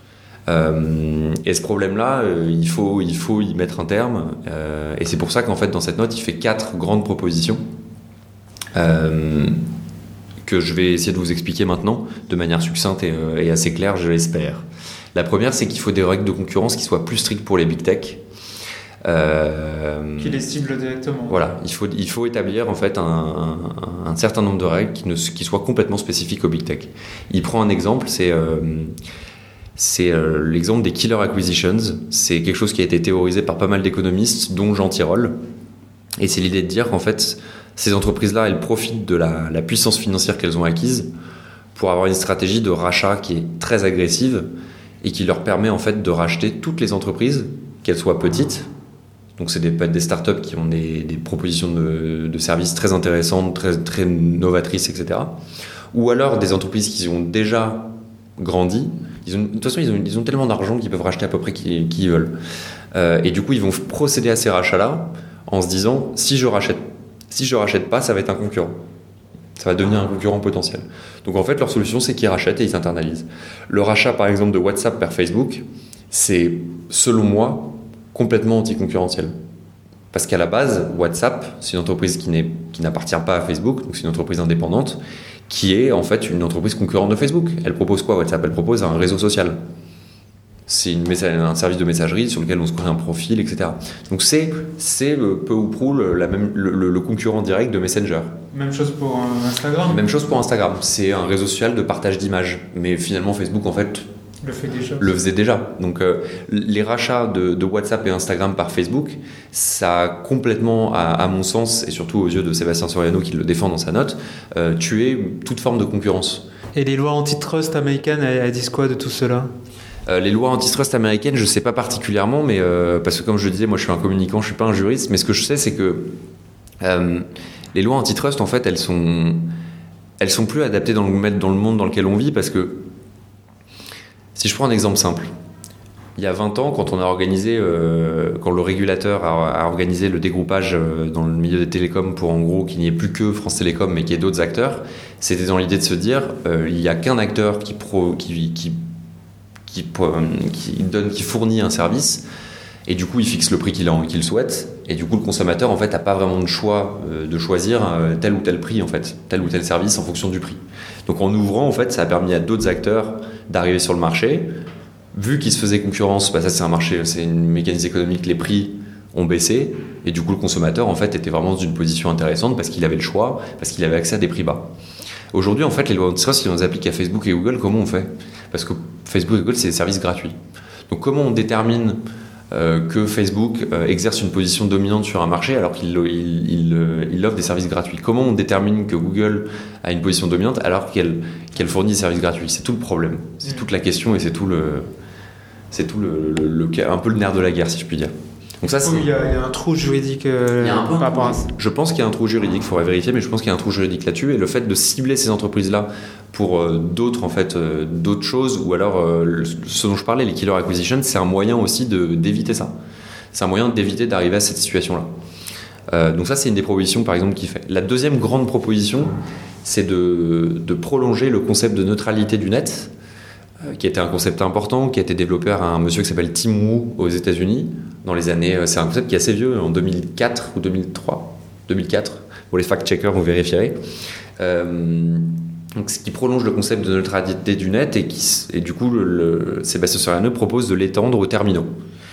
Euh, et ce problème-là, euh, il faut, il faut y mettre un terme. Euh, et c'est pour ça qu'en fait, dans cette note, il fait quatre grandes propositions euh, que je vais essayer de vous expliquer maintenant de manière succincte et, euh, et assez claire, je l'espère. La première, c'est qu'il faut des règles de concurrence qui soient plus strictes pour les big tech. Euh, qui les ciblent directement. Voilà, il faut, il faut établir en fait un, un, un certain nombre de règles qui, ne, qui soient complètement spécifiques aux big tech. Il prend un exemple, c'est... Euh, C'est euh, l'exemple des killer acquisitions. C'est quelque chose qui a été théorisé par pas mal d'économistes, dont Jean Tirole. Et c'est l'idée de dire qu'en fait, ces entreprises-là, elles profitent de la, la puissance financière qu'elles ont acquise pour avoir une stratégie de rachat qui est très agressive et qui leur permet en fait de racheter toutes les entreprises, qu'elles soient petites. Donc c'est des, des startups qui ont des, des propositions de, de services très intéressantes, très, très novatrices, et cetera. Ou alors des entreprises qui ont déjà grandi. Ils ont, de toute façon, ils ont, ils ont tellement d'argent qu'ils peuvent racheter à peu près qui, qui ils veulent. Euh, et du coup, ils vont procéder à ces rachats-là en se disant, si je rachète, si je rachète pas, ça va être un concurrent. Ça va devenir un concurrent potentiel. Donc en fait, leur solution, c'est qu'ils rachètent et ils internalisent. Le rachat, par exemple, de WhatsApp par Facebook, c'est, selon moi, complètement anticoncurrentiel. Parce qu'à la base, WhatsApp, c'est une entreprise qui, n'est, qui n'appartient pas à Facebook, donc c'est une entreprise indépendante, qui est en fait une entreprise concurrente de Facebook. Elle propose quoi, WhatsApp ? Elle propose un réseau social. C'est une messa- un service de messagerie sur lequel on se crée un profil, et cetera. Donc c'est, c'est peu ou prou le, la même, le, le, le concurrent direct de Messenger. Même chose pour euh, Instagram. Même chose pour Instagram. C'est un réseau social de partage d'images. Mais finalement, Facebook, en fait, le, fait déjà. le faisait déjà. Donc euh, les rachats de, de WhatsApp et Instagram par Facebook, ça a complètement, à, à mon sens, et surtout aux yeux de Sébastien Soriano qui le défend dans sa note, euh, tué toute forme de concurrence. Et les lois antitrust américaines, elles, elles disent quoi de tout cela ? Euh, les lois antitrust américaines, je ne sais pas particulièrement, mais euh, parce que comme je le disais, moi je suis un communicant, je ne suis pas un juriste, mais ce que je sais, c'est que euh, les lois antitrust, en fait, elles sont, elles sont plus adaptées dans le, dans le monde dans lequel on vit, parce que si je prends un exemple simple, il y a vingt ans, quand on a organisé, euh, quand le régulateur a, a organisé le dégroupage euh, dans le milieu des télécoms pour en gros qu'il n'y ait plus que France Télécom, mais qu'il y ait d'autres acteurs, c'était dans l'idée de se dire, euh, il n'y a qu'un acteur qui, pro, qui, qui Qui, qui, donne, qui fournit un service, et du coup il fixe le prix qu'il, a, qu'il souhaite, et du coup le consommateur en fait n'a pas vraiment de choix euh, de choisir euh, tel ou tel prix en fait, tel ou tel service en fonction du prix. Donc en ouvrant en fait ça a permis à d'autres acteurs d'arriver sur le marché. Vu qu'ils se faisaient concurrence, bah ça c'est un marché, c'est une mécanique économique, les prix ont baissé, et du coup le consommateur en fait était vraiment dans une position intéressante parce qu'il avait le choix, parce qu'il avait accès à des prix bas. Aujourd'hui, en fait, les lois antitrust, si on les applique à Facebook et Google, comment on fait ? Parce que Facebook et Google, c'est des services gratuits. Donc, comment on détermine euh, que Facebook euh, exerce une position dominante sur un marché alors qu'il il, il, il offre des services gratuits ? Comment on détermine que Google a une position dominante alors qu'elle, qu'elle fournit des services gratuits ? C'est tout le problème. C'est toute la question et c'est tout le, c'est tout le, le, le, le un peu le nerf de la guerre, si je puis dire. Donc ça, c'est... Oui, il y, a, il y a un trou juridique euh, par rapport à ça. Je pense qu'il y a un trou juridique, il faudrait vérifier, mais je pense qu'il y a un trou juridique là-dessus. Et le fait de cibler ces entreprises-là pour euh, d'autres, en fait, euh, d'autres choses, ou alors euh, ce dont je parlais, les killer acquisitions, c'est un moyen aussi de, d'éviter ça. C'est un moyen d'éviter d'arriver à cette situation-là. Euh, donc ça, c'est une des propositions, par exemple, qu'il fait. La deuxième grande proposition, c'est de, de prolonger le concept de neutralité du net, euh, qui était un concept important, qui a été développé par un monsieur qui s'appelle Tim Wu aux États-Unis dans les années. C'est un concept qui est assez vieux, en deux mille quatre ou deux mille trois, deux mille quatre. Pour les fact-checkers, vous vérifierez. Euh, donc, ce qui prolonge le concept de neutralité du net et, qui, et du coup, le, le, Sébastien Soriano propose de l'étendre aux terminaux.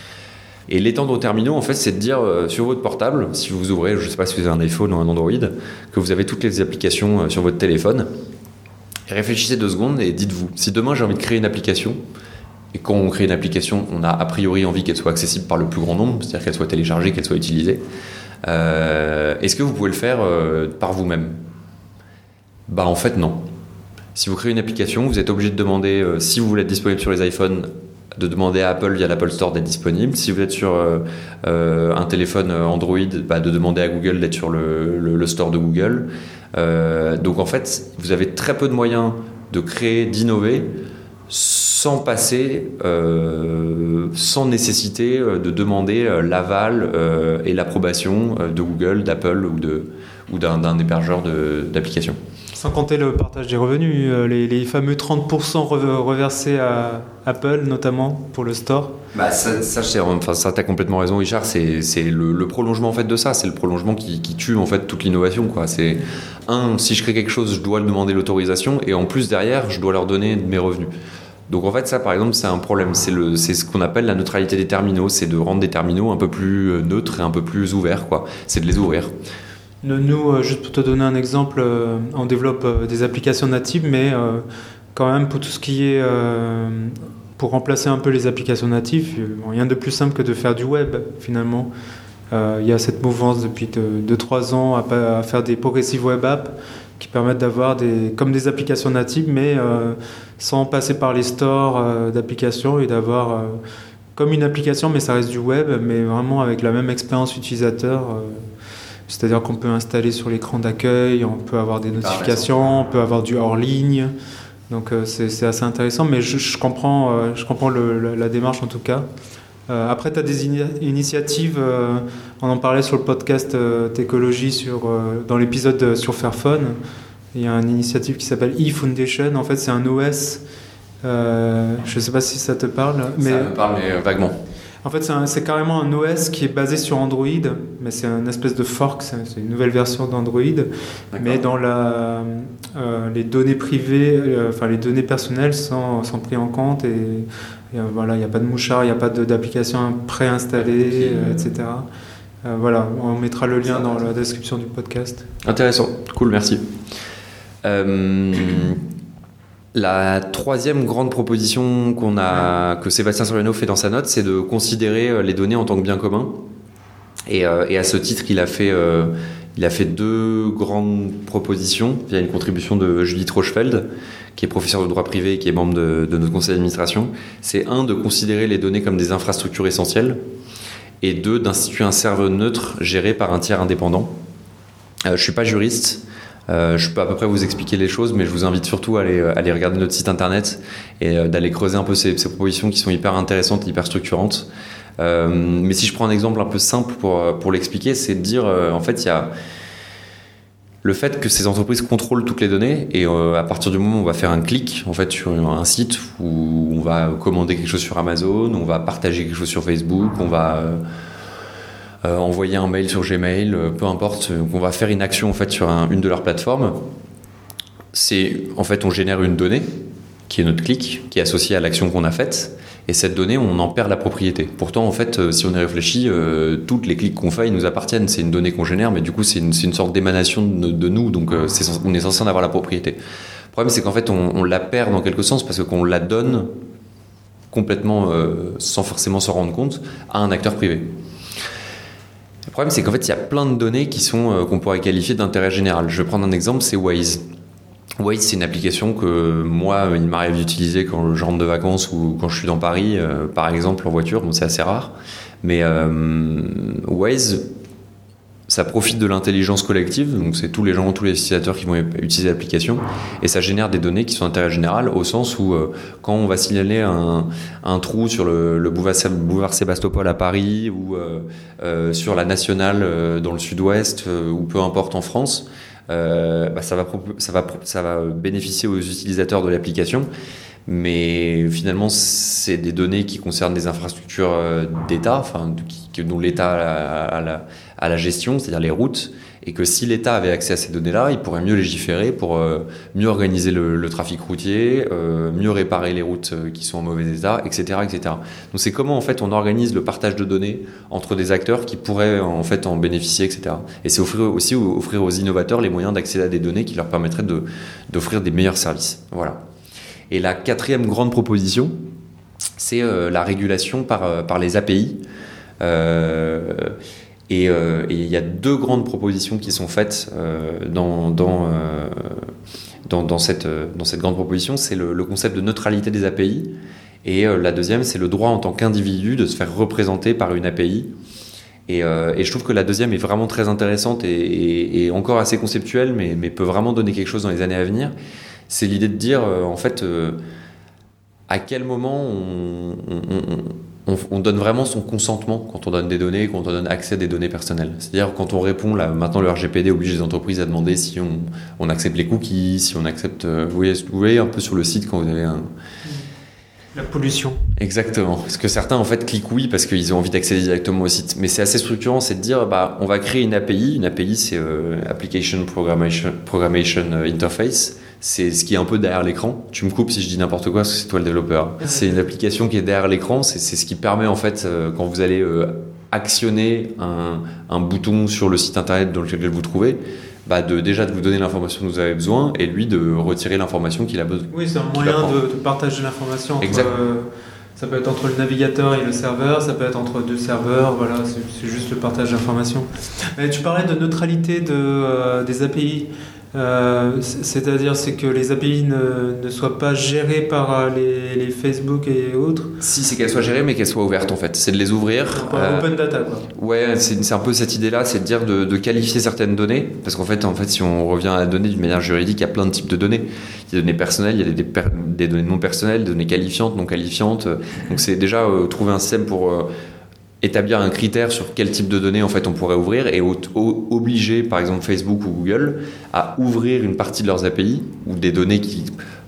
Et l'étendre aux terminaux, en fait, c'est de dire euh, sur votre portable, si vous ouvrez, je ne sais pas si vous avez un iPhone ou un Android, que vous avez toutes les applications euh, sur votre téléphone. Et réfléchissez deux secondes et dites-vous, si demain j'ai envie de créer une application, et quand on crée une application, on a a priori envie qu'elle soit accessible par le plus grand nombre, c'est-à-dire qu'elle soit téléchargée, qu'elle soit utilisée, euh, est-ce que vous pouvez le faire euh, par vous-même ? Bah en fait non. Si vous créez une application, vous êtes obligé de demander, euh, si vous voulez être disponible sur les iPhones, de demander à Apple via l'Apple Store d'être disponible. Si vous êtes sur euh, euh, un téléphone Android, bah, de demander à Google d'être sur le, le, le store de Google. Euh, donc en fait, vous avez très peu de moyens de créer, d'innover, sans passer, euh, sans nécessité de demander l'aval euh, et l'approbation de Google, d'Apple ou, de, ou d'un, d'un hébergeur de, d'applications. Sans compter le partage des revenus, les, les fameux trente pour cent reversés à Apple, notamment pour le store. Bah ça, ça, c'est, enfin, ça t'as complètement raison, Richard. C'est, c'est le, le prolongement en fait de ça. C'est le prolongement qui, qui tue en fait toute l'innovation, quoi. C'est un, si je crée quelque chose, je dois demander l'autorisation et en plus derrière, je dois leur donner mes revenus. Donc en fait, ça, par exemple, c'est un problème. C'est, le, c'est ce qu'on appelle la neutralité des terminaux. C'est de rendre des terminaux un peu plus neutres et un peu plus ouverts, quoi. C'est de les ouvrir. Nous, juste pour te donner un exemple, on développe des applications natives, mais quand même pour tout ce qui est pour remplacer un peu les applications natives, rien de plus simple que de faire du web finalement. Il y a cette mouvance depuis deux trois ans à faire des progressive web apps qui permettent d'avoir des comme des applications natives, mais sans passer par les stores d'applications et d'avoir comme une application, mais ça reste du web, mais vraiment avec la même expérience utilisateur. C'est-à-dire qu'on peut installer sur l'écran d'accueil, on peut avoir des notifications, on peut avoir du hors-ligne. Donc euh, c'est, c'est assez intéressant, mais je, je comprends, euh, je comprends le, la, la démarche en tout cas. Euh, après, tu as des in- initiatives, euh, on en parlait sur le podcast euh, Técologie, sur, euh, dans l'épisode sur Fairphone. Il y a une initiative qui s'appelle eFoundation. En fait, c'est un O S. Euh, je ne sais pas si ça te parle. Mais... Ça me parle, mais vaguement. En fait, c'est, un, c'est carrément un O S qui est basé sur Android, mais c'est une espèce de fork, c'est, c'est une nouvelle version d'Android. D'accord. Mais dans la, euh, les données privées, euh, enfin les données personnelles sont, sont prises en compte et, et euh, voilà, il n'y a pas de mouchard, il n'y a pas de, d'application préinstallée, euh, et cetera. Euh, voilà, on mettra le lien dans la description du podcast. Intéressant, cool, merci. Euh... La troisième grande proposition qu'on a, que Sébastien Soriano fait dans sa note, c'est de considérer les données en tant que bien commun. Et, euh, et à ce titre, il a, fait, euh, il a fait deux grandes propositions via une contribution de Judith Rochefeld, qui est professeure de droit privé et qui est membre de, de notre conseil d'administration. C'est un, de considérer les données comme des infrastructures essentielles, et deux, d'instituer un serveur neutre géré par un tiers indépendant. Euh, je ne suis pas juriste. Euh, je peux à peu près vous expliquer les choses, mais je vous invite surtout à aller, à aller regarder notre site internet et euh, d'aller creuser un peu ces, ces propositions qui sont hyper intéressantes, hyper structurantes. Euh, mais si je prends un exemple un peu simple pour, pour l'expliquer, c'est de dire, euh, en fait, il y a le fait que ces entreprises contrôlent toutes les données et euh, à partir du moment où on va faire un clic en fait, sur un site où on va commander quelque chose sur Amazon, on va partager quelque chose sur Facebook, on va... Euh, Euh, envoyer un mail sur Gmail, euh, peu importe, euh, qu'on va faire une action en fait sur un, une de leurs plateformes. C'est en fait on génère une donnée qui est notre clic, qui est associée à l'action qu'on a faite, Et cette donnée, on en perd la propriété. Pourtant, en fait, si on y réfléchit, euh, toutes les clics qu'on fait, ils nous appartiennent. C'est une donnée qu'on génère, mais du coup, c'est une, c'est une sorte d'émanation de, de nous. Donc, euh, c'est, on est censé en avoir la propriété. Le problème, c'est qu'en fait, on, on la perd dans quelque sens parce qu'on la donne complètement, euh, sans forcément s'en rendre compte, à un acteur privé. Le problème, c'est qu'en fait, il y a plein de données qui sont, euh, qu'on pourrait qualifier d'intérêt général. Je vais prendre un exemple, c'est Waze. Waze, c'est une application que moi, il m'arrive d'utiliser quand je rentre de vacances ou quand je suis dans Paris, euh, par exemple, en voiture. Bon, c'est assez rare. Mais euh, Waze, ça profite de l'intelligence collective. Donc, c'est tous les gens, tous les utilisateurs qui vont utiliser l'application. Et ça génère des données qui sont d'intérêt général au sens où, euh, quand on va signaler un, un trou sur le, le boulevard, boulevard Sébastopol à Paris ou euh, euh, sur la nationale euh, dans le sud-ouest euh, ou peu importe en France, Euh, bah ça va ça va ça va bénéficier aux utilisateurs de l'application, mais finalement c'est des données qui concernent des infrastructures d'État, enfin qui, dont l'État a, a, la, a la gestion, c'est-à-dire les routes, et que si l'État avait accès à ces données-là, il pourrait mieux légiférer pour euh, mieux organiser le, le trafic routier, euh, mieux réparer les routes qui sont en mauvais état, et cetera, et cetera. Donc c'est comment en fait on organise le partage de données entre des acteurs qui pourraient en fait en bénéficier, et cetera. Et c'est offrir aussi offrir aux innovateurs les moyens d'accéder à des données qui leur permettraient de, d'offrir des meilleurs services. Voilà. Et la quatrième grande proposition, c'est euh, la régulation par euh, par les A P I. Euh, Et il euh, y a deux grandes propositions qui sont faites euh, dans, dans, euh, dans, dans, cette, dans cette grande proposition. C'est le, le concept de neutralité des A P I. Et euh, la deuxième, c'est le droit en tant qu'individu de se faire représenter par une A P I. Et, euh, et je trouve que la deuxième est vraiment très intéressante et, et, et encore assez conceptuelle, mais, mais peut vraiment donner quelque chose dans les années à venir. C'est l'idée de dire, euh, en fait, euh, à quel moment on... on, on On, on donne vraiment son consentement quand on donne des données, quand on donne accès à des données personnelles. C'est-à-dire quand on répond, là, maintenant le R G P D oblige les entreprises à demander si on, on accepte les cookies, si on accepte... Euh, vous, voyez, vous voyez un peu sur le site quand vous avez un... La pollution. Exactement. Parce que certains, en fait, cliquent oui parce qu'ils ont envie d'accéder directement au site. Mais c'est assez structurant, c'est de dire, bah, on va créer une A P I. Une A P I, c'est euh, Application Programmation, Programmation Interface. C'est ce qui est un peu derrière l'écran. Tu me coupes si je dis n'importe quoi parce que c'est toi le développeur. C'est une application qui est derrière l'écran. C'est, c'est ce qui permet, en fait, euh, quand vous allez euh, actionner un, un bouton sur le site internet dans lequel vous trouvez, bah de, déjà de vous donner l'information dont vous avez besoin et lui de retirer l'information qu'il a besoin. Oui, c'est un moyen de, de partager l'information. Entre, exact. Euh, ça peut être entre le navigateur et le serveur, ça peut être entre deux serveurs, voilà, c'est, c'est juste le partage d'informations. Mais tu parlais de neutralité de, euh, des A P I. Euh, c'est-à-dire c'est que les A P I ne, ne soient pas gérées par les, les Facebook et autres. Si, c'est qu'elles soient gérées mais qu'elles soient ouvertes en fait, c'est de les ouvrir. Euh, open data quoi. Ouais, c'est, c'est un peu cette idée là, c'est de dire de, de qualifier certaines données, parce qu'en fait, en fait si on revient à la donnée d'une manière juridique, il y a plein de types de données. Il y a des données personnelles, il y a des, des, des données non personnelles, des données qualifiantes, non qualifiantes. Donc c'est déjà euh, trouver un système pour euh, établir un critère sur quel type de données en fait on pourrait ouvrir et au, au, obliger par exemple Facebook ou Google à ouvrir une partie de leurs A P I ou des données qui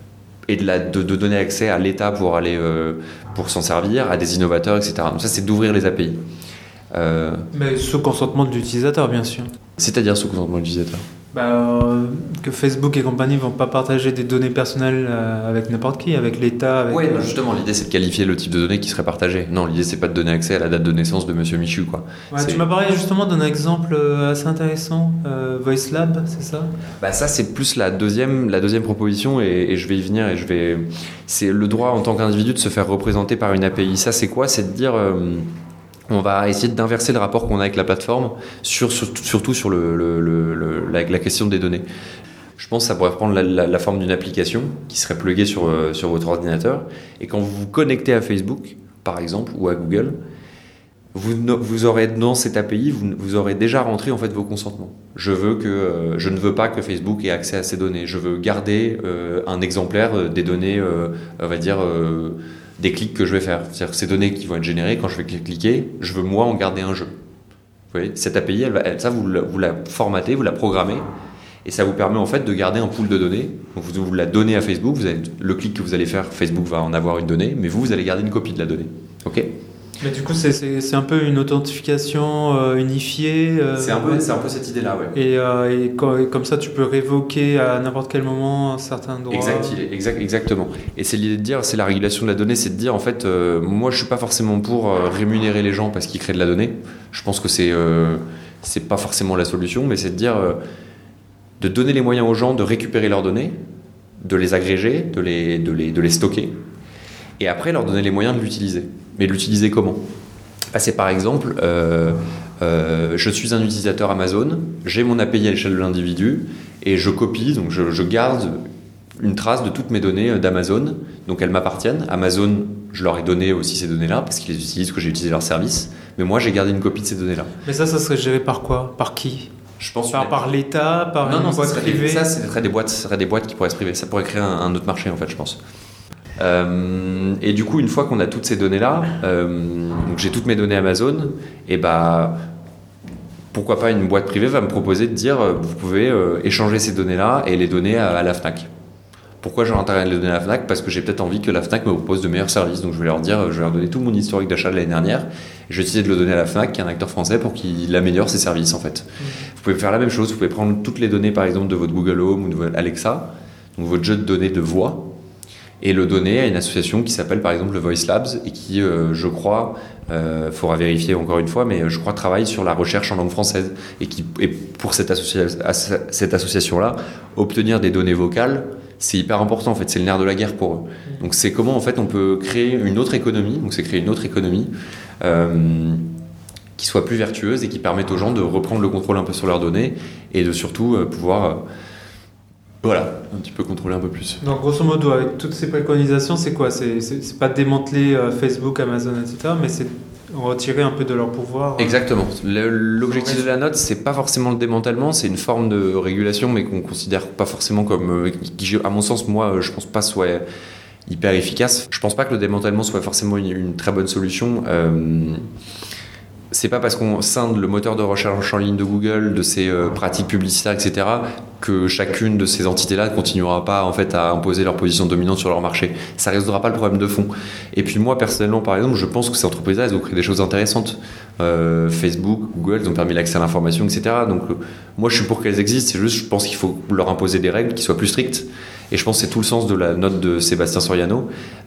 et de, la, de, de donner accès à l'État pour aller euh, pour s'en servir, à des innovateurs, et cetera. Donc ça c'est d'ouvrir les A P I. Euh, Mais sous consentement de l'utilisateur bien sûr. C'est-à-dire sous consentement de l'utilisateur. Bah, euh, que Facebook et compagnie vont pas partager des données personnelles euh, avec n'importe qui, avec l'État. Avec, ouais, euh... justement, l'idée c'est de qualifier le type de données qui serait partagé. Non, l'idée c'est pas de donner accès à la date de naissance de Monsieur Michu, quoi. Ouais, tu m'as parlé justement d'un exemple assez intéressant, euh, Voice Lab, c'est ça ? Bah ça c'est plus la deuxième, la deuxième proposition et, et je vais y venir et je vais. C'est le droit en tant qu'individu de se faire représenter par une A P I. Ça c'est quoi ? C'est de dire. Euh, On va essayer d'inverser le rapport qu'on a avec la plateforme, sur, sur, surtout sur le, le, le, le, la, la question des données. Je pense que ça pourrait prendre la, la, la forme d'une application qui serait pluguée sur, sur votre ordinateur. Et quand vous vous connectez à Facebook, par exemple, ou à Google, vous, vous aurez dans cette A P I, vous, vous aurez déjà rentré en fait vos consentements. Je, veux que, euh, je ne veux pas que Facebook ait accès à ces données. Je veux garder euh, un exemplaire des données, euh, on va dire... Euh, des clics que je vais faire. C'est-à-dire que ces données qui vont être générées, quand je vais cliquer, je veux moi en garder un jeu. Vous voyez, cette A P I, elle va, elle, ça vous la, vous la formatez, vous la programmez, et ça vous permet en fait de garder un pool de données. Donc vous, vous la donnez à Facebook, vous avez, le clic que vous allez faire, Facebook va en avoir une donnée, mais vous, vous allez garder une copie de la donnée. Ok ? Mais du coup, c'est, c'est, c'est un peu une authentification euh, unifiée. Euh, c'est, un peu, c'est un peu cette idée-là, ouais. Et, euh, et, quand, et comme ça, tu peux révoquer à n'importe quel moment certains droits. Exact, exact, exactement. Et c'est l'idée de dire, c'est la régulation de la donnée, c'est de dire, en fait, euh, moi, je suis pas forcément pour euh, rémunérer les gens parce qu'ils créent de la donnée. Je pense que c'est, euh, c'est pas forcément la solution, mais c'est de dire, euh, de donner les moyens aux gens de récupérer leurs données, de les agréger, de les, de les, de les stocker, et après leur donner les moyens de l'utiliser. Mais de l'utiliser comment ? Bah, c'est par exemple, euh, euh, je suis un utilisateur Amazon, j'ai mon A P I à l'échelle de l'individu, et je copie, donc je, je garde une trace de toutes mes données d'Amazon, donc elles m'appartiennent. Amazon, je leur ai donné aussi ces données-là, parce qu'ils les utilisent, que j'ai utilisé leur service, mais moi j'ai gardé une copie de ces données-là. Mais ça, ça serait géré par quoi ? Par qui ? Je pense par, par l'État, par non, une non, boîte ça privée. Des, ça, ce serait des boîtes, ce serait des boîtes qui pourraient se priver. Ça pourrait créer un, un autre marché, en fait, je pense. Euh, et du coup, une fois qu'on a toutes ces données-là, euh, donc j'ai toutes mes données Amazon, et bah, pourquoi pas une boîte privée va me proposer de dire, euh, vous pouvez euh, échanger ces données-là et les donner à, à la Fnac. Pourquoi j'ai intérêt à les donner à la Fnac ? Parce que j'ai peut-être envie que la Fnac me propose de meilleurs services. Donc je vais leur dire, je vais leur donner tout mon historique d'achat de l'année dernière. Et je vais essayer de le donner à la Fnac, qui est un acteur français, pour qu'il améliore ses services en fait. Mmh. Vous pouvez faire la même chose. Vous pouvez prendre toutes les données, par exemple, de votre Google Home ou de votre Alexa, donc votre jeu de données de voix, et le donner à une association qui s'appelle par exemple le Voice Labs et qui, euh, je crois, euh, faudra vérifier encore une fois, mais je crois travaille sur la recherche en langue française et qui, et pour cette, associa- cette association-là, obtenir des données vocales, c'est hyper important en fait, c'est le nerf de la guerre pour eux. Donc c'est comment en fait on peut créer une autre économie, donc c'est créer une autre économie euh, qui soit plus vertueuse et qui permette aux gens de reprendre le contrôle un peu sur leurs données et de surtout euh, pouvoir euh, voilà, un petit peu contrôler un peu plus. Donc grosso modo, avec toutes ces préconisations, c'est quoi ? C'est, c'est, c'est pas démanteler euh, Facebook, Amazon, et cetera, mais c'est retirer un peu de leur pouvoir. Exactement. Le, l'objectif de la note, c'est pas forcément le démantèlement, c'est une forme de régulation, mais qu'on considère pas forcément comme, qui, à mon sens, moi, je pense pas soit hyper efficace. Je pense pas que le démantèlement soit forcément une, une très bonne solution. Euh, c'est pas parce qu'on scinde le moteur de recherche en ligne de Google de ses euh, pratiques publicitaires, et cetera, que chacune de ces entités-là ne continuera pas en fait à imposer leur position dominante sur leur marché. Ça résoudra pas le problème de fond. Et puis moi personnellement, par exemple, je pense que ces entreprises-là, elles ont créé des choses intéressantes. Euh, Facebook, Google, ils ont permis l'accès à l'information, et cetera. Donc euh, moi, je suis pour qu'elles existent. C'est juste, je pense qu'il faut leur imposer des règles qui soient plus strictes. Et je pense que c'est tout le sens de la note de Sébastien Soriano.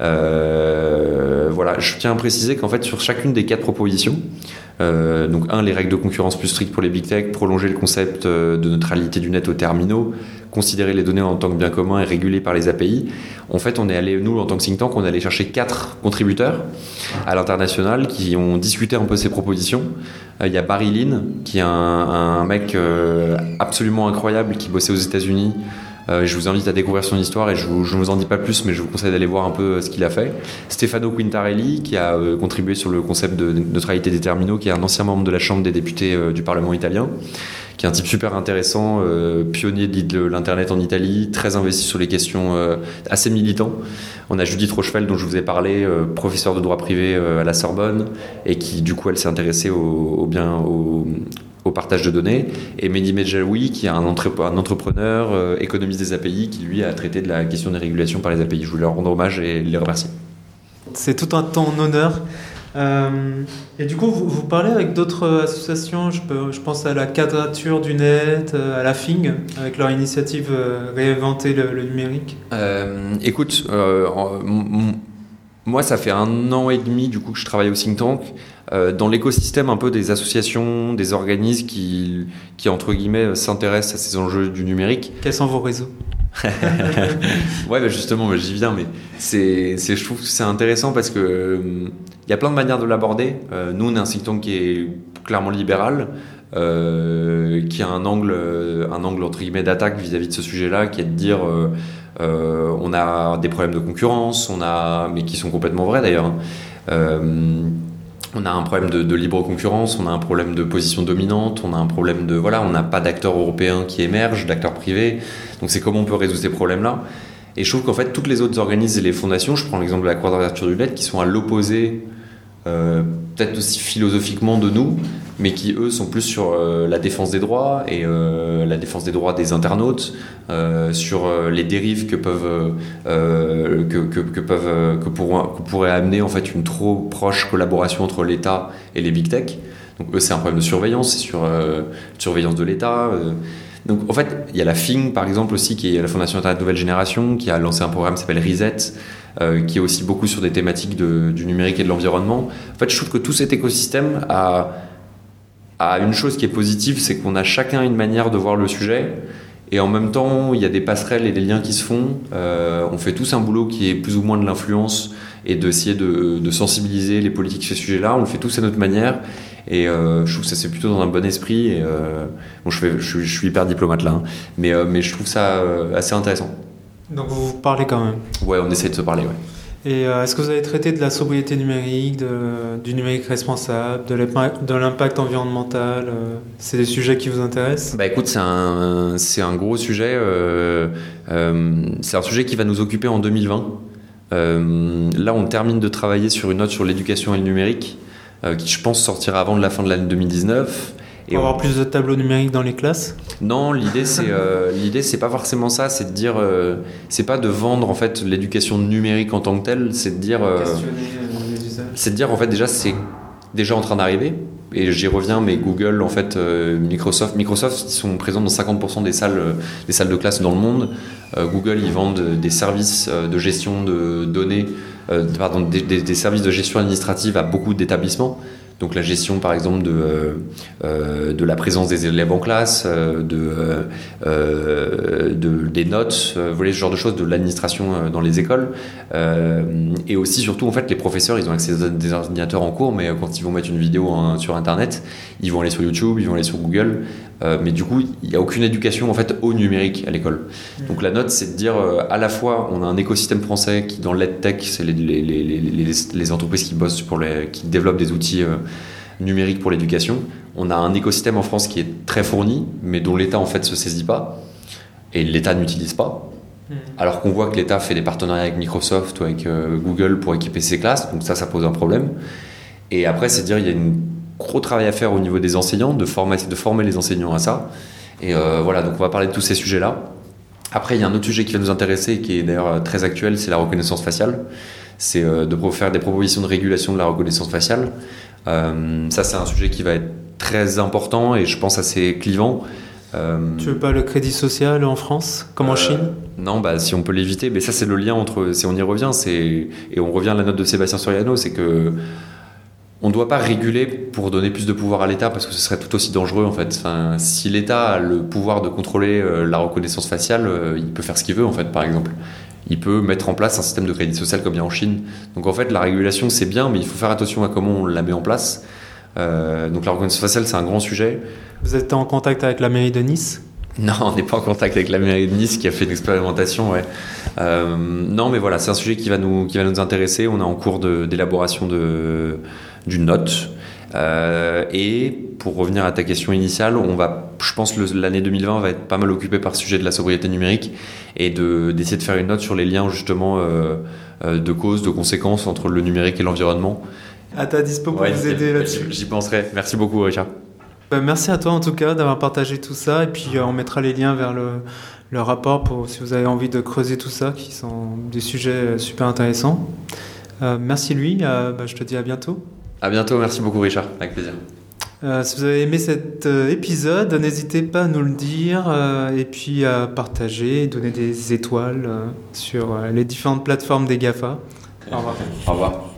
Euh, voilà, je tiens à préciser qu'en fait, sur chacune des quatre propositions, euh, donc un, les règles de concurrence plus strictes pour les big tech, prolonger le concept de neutralité du net aux terminaux, considérer les données en tant que bien commun et régulées par les A P I. En fait, on est allé, nous, en tant que think tank, on est allé chercher quatre contributeurs à l'international qui ont discuté un peu ces propositions. Il euh, y a Barry Lin, qui est un, un mec euh, absolument incroyable qui bossait aux États-Unis. Euh, je vous invite à découvrir son histoire et je ne vous, je vous en dis pas plus, mais je vous conseille d'aller voir un peu ce qu'il a fait. Stefano Quintarelli, qui a euh, contribué sur le concept de neutralité des terminaux, qui est un ancien membre de la Chambre des députés euh, du Parlement italien, qui est un type super intéressant, euh, pionnier de l'Internet en Italie, très investi sur les questions, euh, assez militant. On a Judith Rochefeld, dont je vous ai parlé, euh, professeure de droit privé euh, à la Sorbonne, et qui, du coup, elle s'est intéressée au, au bien... Au, au partage de données, et Mehdi Medjaoui, qui est un, entre- un entrepreneur, euh, économiste des A P I, qui lui a traité de la question des régulations par les A P I. Je voulais leur rendre hommage et les remercier. C'est tout un temps en honneur. Euh, et du coup, vous, vous parlez avec d'autres associations, je, peux, je pense à la Quadrature du Net, à la F I N G, avec leur initiative euh, Réinventer le, le numérique. Euh, écoute, euh, m- moi, ça fait un an et demi du coup que je travaille au think tank. Euh, dans l'écosystème un peu des associations, des organismes qui, qui entre guillemets, s'intéressent à ces enjeux du numérique. Quels sont vos réseaux ? Ouais, bah justement, bah, j'y viens, mais c'est, c'est, je trouve que c'est intéressant parce que euh, y a plein de manières de l'aborder. Euh, nous, on est un think tank qui est clairement libéral, euh, qui a un angle, un angle entre guillemets d'attaque vis-à-vis de ce sujet-là, qui est de dire euh, euh, on a des problèmes de concurrence, on a, mais qui sont complètement vrais d'ailleurs. Hein. Euh, On a un problème de, de libre concurrence, on a un problème de position dominante, on a un problème de... Voilà, on n'a pas d'acteurs européens qui émergent, d'acteurs privés. Donc c'est comment on peut résoudre ces problèmes-là. Et je trouve qu'en fait, toutes les autres organismes et les fondations, je prends l'exemple de la Quadrature du Net, qui sont à l'opposé, euh, peut-être aussi philosophiquement de nous, mais qui eux sont plus sur euh, la défense des droits et euh, la défense des droits des internautes, euh, sur euh, les dérives que peuvent euh, que, que, que peuvent euh, que, pour, que pourrait amener en fait une trop proche collaboration entre l'État et les big tech. Donc eux c'est un problème de surveillance, c'est sur euh, surveillance de l'État. Euh, Donc en fait, il y a la F I N G par exemple aussi, qui est la Fondation Internet Nouvelle Génération, qui a lancé un programme qui s'appelle Reset, euh, qui est aussi beaucoup sur des thématiques de, du numérique et de l'environnement. En fait, je trouve que tout cet écosystème a, a une chose qui est positive, c'est qu'on a chacun une manière de voir le sujet, et en même temps, il y a des passerelles et des liens qui se font. Euh, on fait tous un boulot qui est plus ou moins de l'influence, et d'essayer de, de sensibiliser les politiques sur ce sujet-là. On le fait tous à notre manière. Et euh, je trouve que ça c'est plutôt dans un bon esprit. Et, euh, bon, je, fais, je, suis, je suis hyper diplomate là, hein, mais, euh, mais je trouve ça euh, assez intéressant. Donc vous vous parlez quand même. Ouais, on essaie de se parler, ouais. Et euh, est-ce que vous avez traité de la sobriété numérique, de, du numérique responsable, de l'impact, de l'impact environnemental euh, c'est des sujets qui vous intéressent? Bah écoute, c'est un, c'est un gros sujet. Euh, euh, c'est un sujet qui va nous occuper en deux mille vingt. Euh, là, on termine de travailler sur une note sur l'éducation et le numérique, euh, qui je pense sortira avant de la fin de l'année deux mille dix-neuf. Et avoir on... plus de tableaux numériques dans les classes? Non, l'idée c'est euh, l'idée c'est pas forcément ça, c'est de dire euh, c'est pas de vendre en fait l'éducation numérique en tant que telle, c'est de dire euh, les usages. C'est de dire en fait déjà c'est déjà en train d'arriver. Et j'y reviens, mais Google, en fait, euh, Microsoft, Microsoft, ils sont présents dans cinquante pour cent des salles, euh, des salles de classe dans le monde. Euh, Google, ils vendent des services euh, de gestion de données, euh, pardon, des, des, des services de gestion administrative à beaucoup d'établissements. Donc la gestion, par exemple, de, euh, euh, de la présence des élèves en classe, euh, de, euh, de, des notes, euh, vous voyez, ce genre de choses, de l'administration euh, dans les écoles. Euh, et aussi, surtout, en fait, les professeurs, ils ont accès à des ordinateurs en cours, mais quand ils vont mettre une vidéo en, sur Internet, ils vont aller sur YouTube, ils vont aller sur Google. Euh, mais du coup, il n'y a aucune éducation en fait au numérique à l'école. Donc la note, c'est de dire euh, à la fois, on a un écosystème français qui, dans l'EdTech, c'est les, les, les, les, les entreprises qui bossent pour les, qui développent des outils euh, numériques pour l'éducation. On a un écosystème en France qui est très fourni, mais dont l'État en fait se saisit pas et l'État n'utilise pas. Mmh. Alors qu'on voit que l'État fait des partenariats avec Microsoft ou avec euh, Google pour équiper ses classes, donc ça, ça pose un problème. Et après, c'est de dire il y a une gros travail à faire au niveau des enseignants, de former, de former les enseignants à ça. Et euh, voilà, donc on va parler de tous ces sujets-là. Après, il y a un autre sujet qui va nous intéresser, qui est d'ailleurs très actuel, c'est la reconnaissance faciale. C'est euh, de faire des propositions de régulation de la reconnaissance faciale. Euh, ça, c'est un sujet qui va être très important et je pense assez clivant. Euh, tu veux pas le crédit social en France, comme en euh, Chine? Non, bah si on peut l'éviter, mais ça c'est le lien entre, si on y revient, c'est, et on revient à la note de Sébastien Soriano, c'est que on ne doit pas réguler pour donner plus de pouvoir à l'État parce que ce serait tout aussi dangereux en fait. Enfin, si l'État a le pouvoir de contrôler euh, la reconnaissance faciale, euh, il peut faire ce qu'il veut en fait, par exemple. Il peut mettre en place un système de crédit social comme il y a en Chine. Donc en fait, la régulation c'est bien, mais il faut faire attention à comment on la met en place. Euh, donc la reconnaissance faciale c'est un grand sujet. Vous êtes en contact avec la mairie de Nice ? Non, on n'est pas en contact avec la mairie de Nice qui a fait une expérimentation, ouais. Euh, non, mais voilà, c'est un sujet qui va nous, qui va nous intéresser. On est en cours de, d'élaboration de, d'une note. Euh, et pour revenir à ta question initiale, on va, je pense que l'année deux mille vingt va être pas mal occupée par le sujet de la sobriété numérique et de, d'essayer de faire une note sur les liens justement euh, de causes, de conséquences entre le numérique et l'environnement. À ta dispo pour ouais, vous aider là-dessus. J'y penserai. Merci beaucoup, Richard. Merci à toi en tout cas d'avoir partagé tout ça et puis euh, on mettra les liens vers le, le rapport pour si vous avez envie de creuser tout ça qui sont des sujets super intéressants. Euh, merci lui, euh, bah, je te dis à bientôt. À bientôt, merci beaucoup Richard, avec plaisir. Euh, si vous avez aimé cet euh, épisode, n'hésitez pas à nous le dire euh, et puis à partager, donner des étoiles euh, sur euh, les différentes plateformes des GAFA. Au revoir. Au revoir.